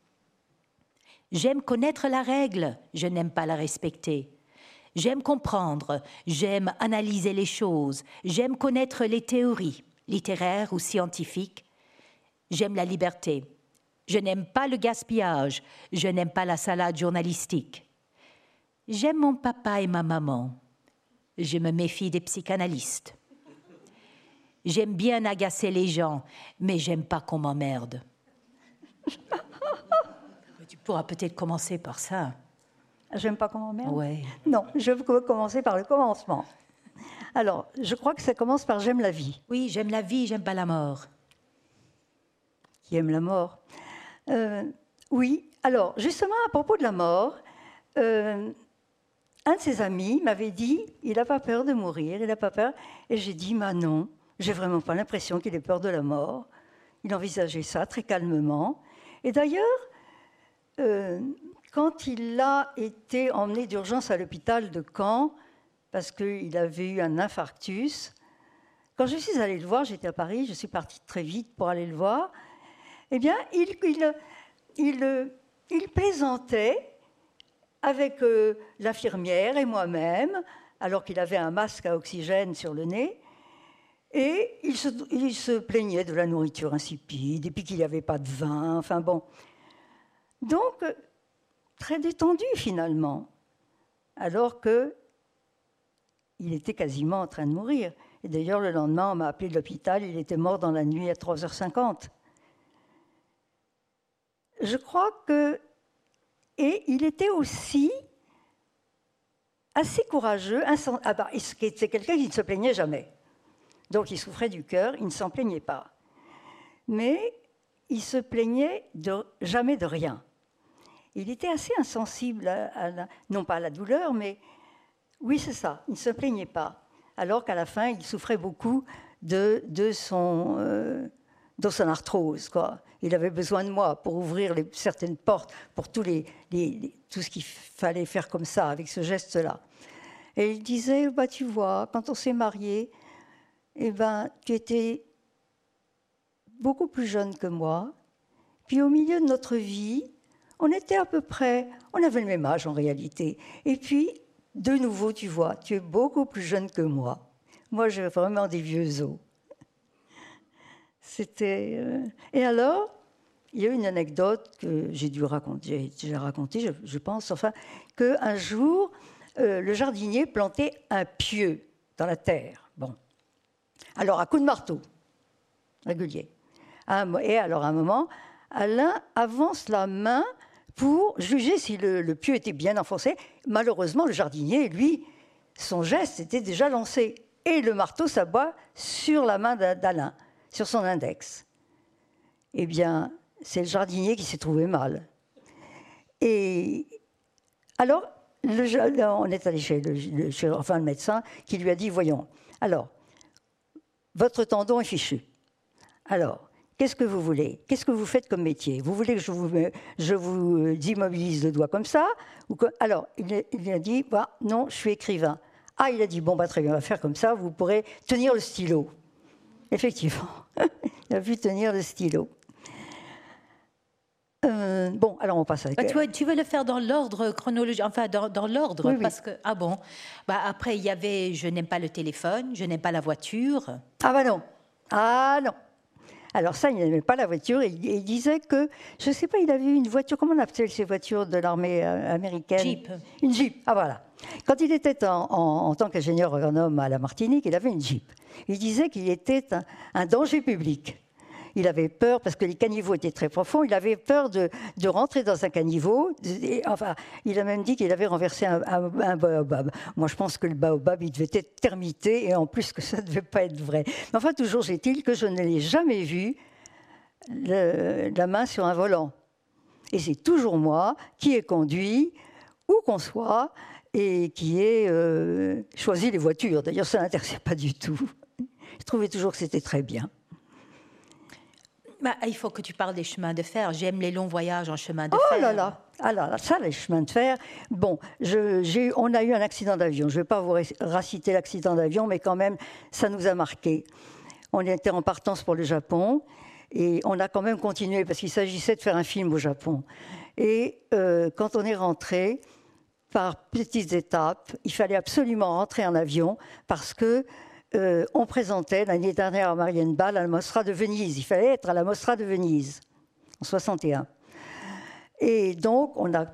S4: J'aime connaître la règle, je n'aime pas la respecter. J'aime comprendre, j'aime analyser les choses, j'aime connaître les théories, littéraires ou scientifiques. J'aime la liberté. Je n'aime pas le gaspillage, je n'aime pas la salade journalistique. J'aime mon papa et ma maman. je me méfie des psychanalystes. J'aime bien agacer les gens, mais j'aime pas qu'on m'emmerde. Tu pourras peut-être commencer par ça.
S3: J'aime pas qu'on m'emmerde ?
S4: Ouais.
S3: Non, je veux commencer par le commencement. Alors, je crois que ça commence par « j'aime la vie ».
S4: Oui, j'aime la vie, j'aime pas la mort.
S3: Qui aime la mort ? Oui, alors, justement, à propos de la mort, un de ses amis m'avait dit « il n'a pas peur de mourir, il n'a pas peur ». Et j'ai dit « mais non, j'ai vraiment pas l'impression qu'il ait peur de la mort ». Il envisageait ça très calmement. Et d'ailleurs, quand il a été emmené d'urgence à l'hôpital de Caen, parce qu'il avait eu un infarctus, quand je suis allée le voir, j'étais à Paris, je suis partie très vite pour aller le voir, eh bien, il plaisantait avec l'infirmière et moi-même, alors qu'il avait un masque à oxygène sur le nez, et il se plaignait de la nourriture insipide, et puis qu'il n'y avait pas de vin, enfin bon. Donc, très détendu finalement, alors qu'il était quasiment en train de mourir. Et d'ailleurs, le lendemain, on m'a appelé de l'hôpital, il était mort dans la nuit à 3h50. Je crois que... Et il était aussi assez courageux. C'est quelqu'un qui ne se plaignait jamais. Donc, il souffrait du cœur, il ne s'en plaignait pas. Mais il se plaignait jamais de rien. Il était assez insensible, non pas à la douleur, mais oui, c'est ça, il ne se plaignait pas. Alors qu'à la fin, il souffrait beaucoup de son arthrose, quoi. Il avait besoin de moi pour ouvrir certaines portes, pour tout ce qu'il fallait faire comme ça, avec ce geste-là. Et il disait, bah, tu vois, quand on s'est mariés, eh ben, tu étais beaucoup plus jeune que moi. Puis au milieu de notre vie, on était à peu près, on avait le même âge en réalité. Et puis, de nouveau, tu vois, tu es beaucoup plus jeune que moi. Moi, j'ai vraiment des vieux os. C'était... Et alors, il y a une anecdote que j'ai dû raconter, j'ai raconté, je pense, enfin, qu'un jour, le jardinier plantait un pieu dans la terre. Bon. Alors, à coups de marteau, régulier. Et alors, à un moment, Alain avance la main pour juger si le pieu était bien enfoncé. Malheureusement, le jardinier, lui, son geste était déjà lancé. Et le marteau s'abat sur la main d'Alain, sur son index. Eh bien, c'est le jardinier qui s'est trouvé mal. Et alors, on est allé chez le médecin qui lui a dit, voyons, alors, votre tendon est fichu. Alors, qu'est-ce que vous voulez? Qu'est-ce que vous faites comme métier? Vous voulez que je vous immobilise le doigt comme ça? Alors, il a dit, bah, non, je suis écrivain. Ah, il a dit, bon, bah, très bien, on va faire comme ça, vous pourrez tenir le stylo. Effectivement, il a pu tenir le stylo. Bon, alors on passe avec...
S4: Tu veux le faire dans l'ordre chronologique, enfin dans l'ordre,
S3: oui,
S4: parce que... Ah bon, bah, après il y avait, je n'aime pas le téléphone, je n'aime pas la voiture.
S3: Ah bah non, ah non. Alors ça, il n'aimait pas la voiture, et il disait que, je ne sais pas, il avait eu une voiture, comment on appelle ces voitures de l'armée américaine?
S4: Jeep.
S3: Une Jeep, ah voilà. Quand il était en tant qu'ingénieur agronome à la Martinique, il avait une Jeep. Il disait qu'il était un danger public. Il avait peur, parce que les caniveaux étaient très profonds, il avait peur de rentrer dans un caniveau. Enfin, il a même dit qu'il avait renversé un baobab. Moi, je pense que le baobab, il devait être termité, et en plus que ça ne devait pas être vrai. Mais enfin, toujours est-il que je ne l'ai jamais vu la main sur un volant. Et c'est toujours moi qui ai conduit, où qu'on soit, et qui ai choisi les voitures. D'ailleurs, ça ne l'intéressait pas du tout. Je trouvais toujours que c'était très bien.
S4: Bah, il faut que tu parles des chemins de fer. J'aime les longs voyages en chemin de fer.
S3: Oh là là, ah là là, ça, les chemins de fer. Bon, on a eu un accident d'avion. Je ne vais pas vous reciter l'accident d'avion, mais quand même, ça nous a marqué. On était en partance pour le Japon et on a quand même continué parce qu'il s'agissait de faire un film au Japon. Et quand on est rentré, par petites étapes, il fallait absolument rentrer en avion parce que on présentait l'année dernière à Marienbad à la Mostra de Venise. Il fallait être à la Mostra de Venise, en 61. Et donc, on a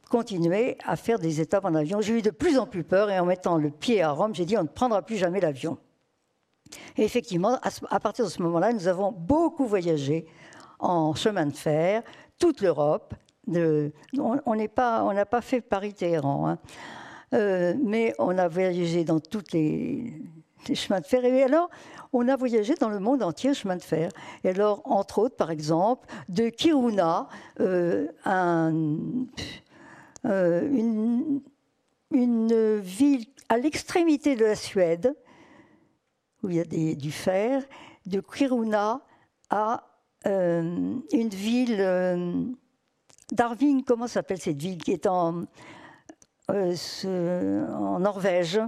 S3: continuer à faire des étapes en avion. J'ai eu de plus en plus peur et en mettant le pied à Rome, j'ai dit on ne prendra plus jamais l'avion. Et effectivement, à partir de ce moment-là, nous avons beaucoup voyagé en chemin de fer, toute l'Europe. On n'a pas fait Paris-Téhéran, hein. Mais on a voyagé dans tous les chemins de fer. Et alors, on a voyagé dans le monde entier en chemin de fer. Et alors, entre autres, par exemple, de Kiruna, une ville à l'extrémité de la Suède, où il y a du fer, de Kiruna à une ville d'Arvin, comment s'appelle cette ville qui est en Norvège.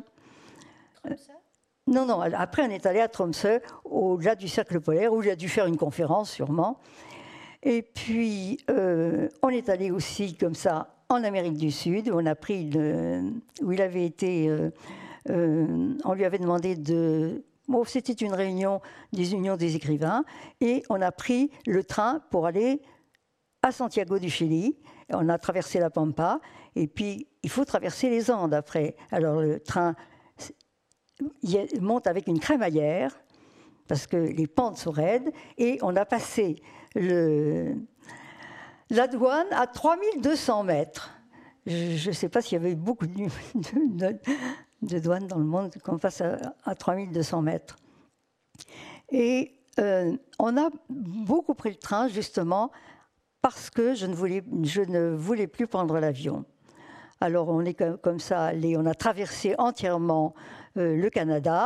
S3: Non, après on est allé à Tromsø, au-delà du cercle polaire, où il a dû faire une conférence sûrement. Et puis on est allé aussi comme ça en Amérique du Sud, où on a pris où il avait été, on lui avait demandé c'était une réunion des unions des écrivains, et on a pris le train pour aller à Santiago du Chili. On a traversé la Pampa, et puis il faut traverser les Andes après. Alors le train monte avec une crémaillère, parce que les pentes sont raides, et on a passé la douane à 3200 mètres. Je ne sais pas s'il y avait beaucoup de douanes dans le monde qu'on passe à 3200 mètres. Et on a beaucoup pris le train, justement, parce que je ne voulais plus prendre l'avion. Alors on est comme ça allé, on a traversé entièrement le Canada.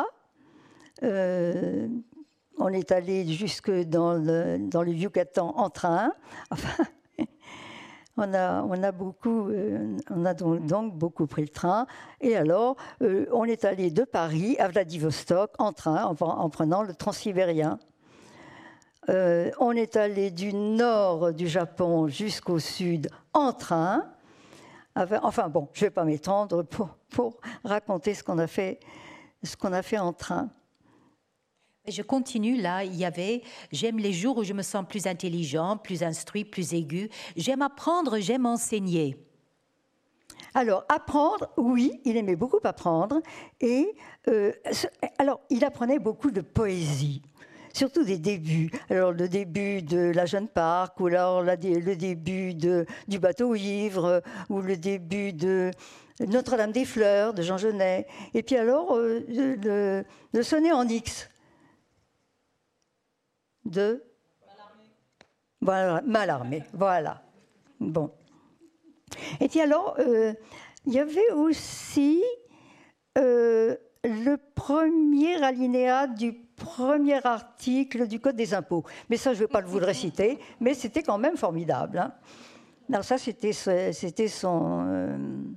S3: On est allé jusque dans le Yucatan en train. Enfin, on a donc beaucoup pris le train. Et alors, on est allé de Paris à Vladivostok en train, en prenant le transsibérien. On est allé du nord du Japon jusqu'au sud en train. Enfin bon, je ne vais pas m'étendre pour raconter ce qu'on a fait en train.
S4: Je continue, là, j'aime les jours où je me sens plus intelligent, plus instruit, plus aigu. J'aime apprendre, j'aime enseigner.
S3: Alors, apprendre, oui, il aimait beaucoup apprendre. Et alors, il apprenait beaucoup de poésie, surtout des débuts. Alors, le début de La Jeune Parc, ou alors le début du Bateau ivre, ou le début de Notre-Dame des Fleurs, de Jean Genet. Et puis alors, le sonnet en X. De Mallarmé, voilà. Bon. Et puis alors, il y avait aussi le premier alinéa du premier article du Code des impôts. Mais ça, je ne vais pas vous le réciter, mais c'était quand même formidable, hein. Alors ça, c'était son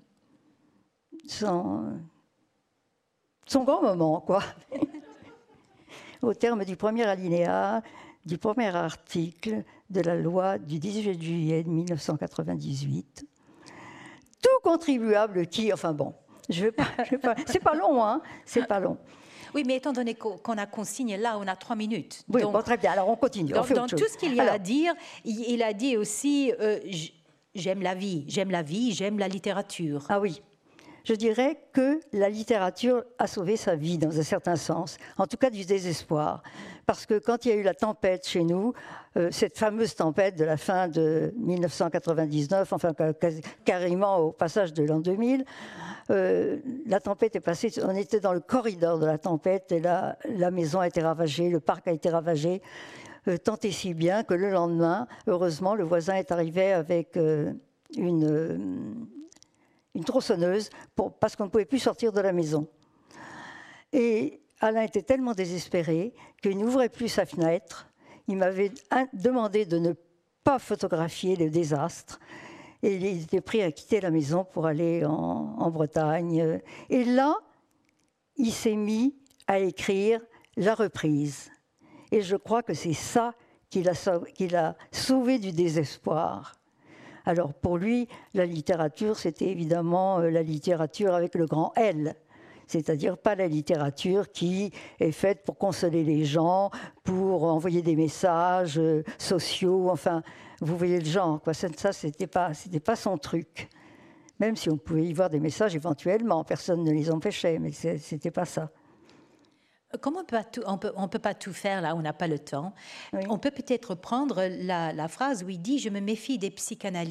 S3: grand moment, quoi. Au terme du premier alinéa du premier article de la loi du 18 juillet 1998. Tout contribuable qui... Enfin bon, je vais pas c'est pas long, hein, c'est pas long.
S4: Oui, mais étant donné qu'on a consigne, là, on a 3 minutes.
S3: Oui, donc, bon, très bien, alors on continue.
S4: Dans tout ce qu'il y a à dire, il a dit aussi j'aime la vie, j'aime la littérature.
S3: Ah oui. Je dirais que la littérature a sauvé sa vie dans un certain sens, en tout cas du désespoir. Parce que quand il y a eu la tempête chez nous, cette fameuse tempête de la fin de 1999, enfin carrément au passage de l'an 2000, la tempête est passée, on était dans le corridor de la tempête et la maison a été ravagée, le parc a été ravagé, tant et si bien que le lendemain, heureusement, le voisin est arrivé avec une tronçonneuse parce qu'on ne pouvait plus sortir de la maison. Et Alain était tellement désespéré qu'il n'ouvrait plus sa fenêtre. Il m'avait demandé de ne pas photographier le désastre. Et il était prêt à quitter la maison pour aller en Bretagne. Et là, il s'est mis à écrire la reprise. Et je crois que c'est ça qui l'a sauvé du désespoir. Alors pour lui, la littérature, c'était évidemment la littérature avec le grand L, c'est-à-dire pas la littérature qui est faite pour consoler les gens, pour envoyer des messages sociaux, enfin, vous voyez le genre, quoi. Ça, c'était pas son truc. Même si on pouvait y voir des messages éventuellement, personne ne les empêchait, mais c'était pas ça.
S4: Comme on peut pas tout faire là, on n'a pas le temps. Oui. On peut peut-être prendre la phrase où il dit « Je me méfie des psychanalystes ».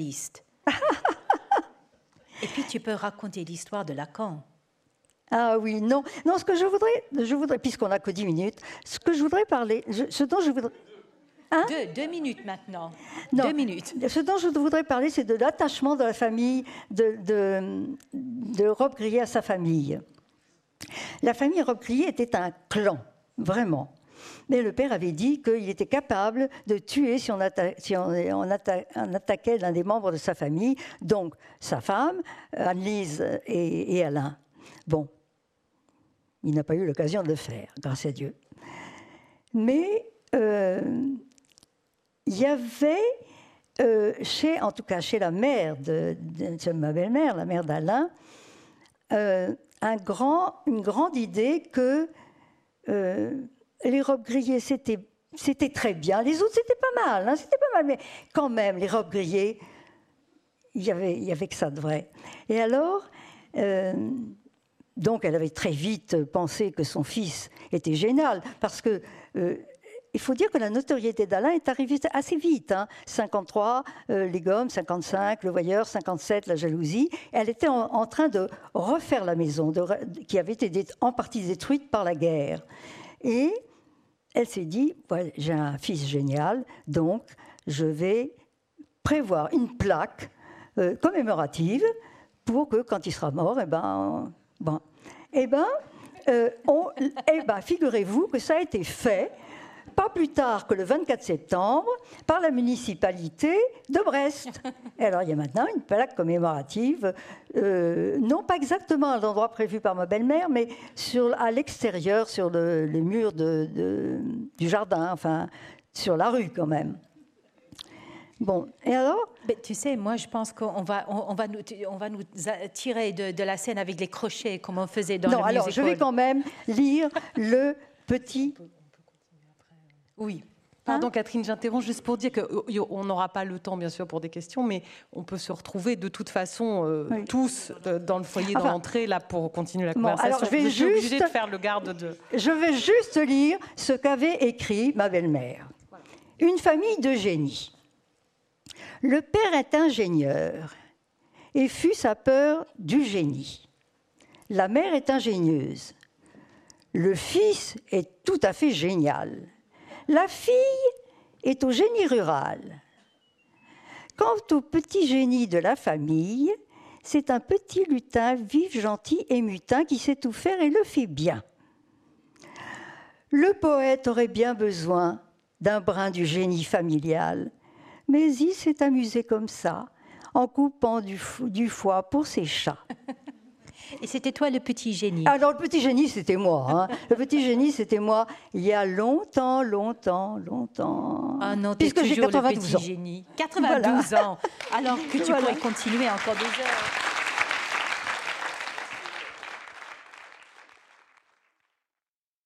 S4: Et puis tu peux raconter l'histoire de Lacan.
S3: Ah oui, non, ce que je voudrais, puisqu'on n'a que 10 minutes, ce que je voudrais parler, ce dont je voudrais...
S4: Hein? Deux minutes maintenant.
S3: Non,
S4: 2 minutes.
S3: Ce dont je voudrais parler, c'est de l'attachement de la famille de Robbe-Grillet à sa famille. La famille Robbe-Grillet était un clan, vraiment. Mais le père avait dit qu'il était capable de tuer si on attaquait l'un des membres de sa famille, donc sa femme, Anne-Lise et Alain. Bon, il n'a pas eu l'occasion de le faire, grâce à Dieu. Mais il y avait, en tout cas chez la mère de ma belle-mère, la mère d'Alain, une grande idée que les Robbe-Grillet, c'était très bien. Les autres, c'était pas mal, mais quand même, les Robbe-Grillet, il y avait que ça de vrai. Et alors, donc elle avait très vite pensé que son fils était génial, parce que il faut dire que la notoriété d'Alain est arrivée assez vite. 53, les Gommes, 55, Le Voyeur, 57, La Jalousie. Elle était en train de refaire la maison, qui avait été en partie détruite par la guerre. Et elle s'est dit, ouais, j'ai un fils génial, donc je vais prévoir une plaque commémorative pour que quand il sera mort, figurez-vous que ça a été fait pas plus tard que le 24 septembre par la municipalité de Brest. Et alors il y a maintenant une plaque commémorative, non pas exactement à l'endroit prévu par ma belle-mère, mais à l'extérieur, sur les murs du jardin, enfin sur la rue quand même. Bon, et alors ?
S4: Mais tu sais, moi je pense qu'on va nous tirer de la scène avec les crochets comme on faisait dans le musical.
S3: Non, alors je vais quand même lire le petit...
S1: Oui. Pardon Catherine, j'interromps juste pour dire qu'on n'aura pas le temps bien sûr pour des questions, mais on peut se retrouver de toute façon tous dans le foyer dans l'entrée là pour continuer la conversation.
S3: Alors, je suis obligée
S1: de faire le garde de...
S3: Je vais juste lire ce qu'avait écrit ma belle-mère. Voilà. Une famille de génies. Le père est ingénieur et fut sa peur du génie. La mère est ingénieuse. Le fils est tout à fait génial. La fille est au génie rural. Quant au petit génie de la famille, c'est un petit lutin vif, gentil et mutin qui sait tout faire et le fait bien. Le poète aurait bien besoin d'un brin du génie familial, mais il s'est amusé comme ça, en coupant du foie pour ses chats.
S4: Et c'était toi le petit génie.
S3: Alors le petit génie, c'était moi. Le petit génie, c'était moi il y a longtemps.
S4: Ah non, t'es toujours le petit génie. 92 ans. Alors que tu pourrais continuer encore 2 heures.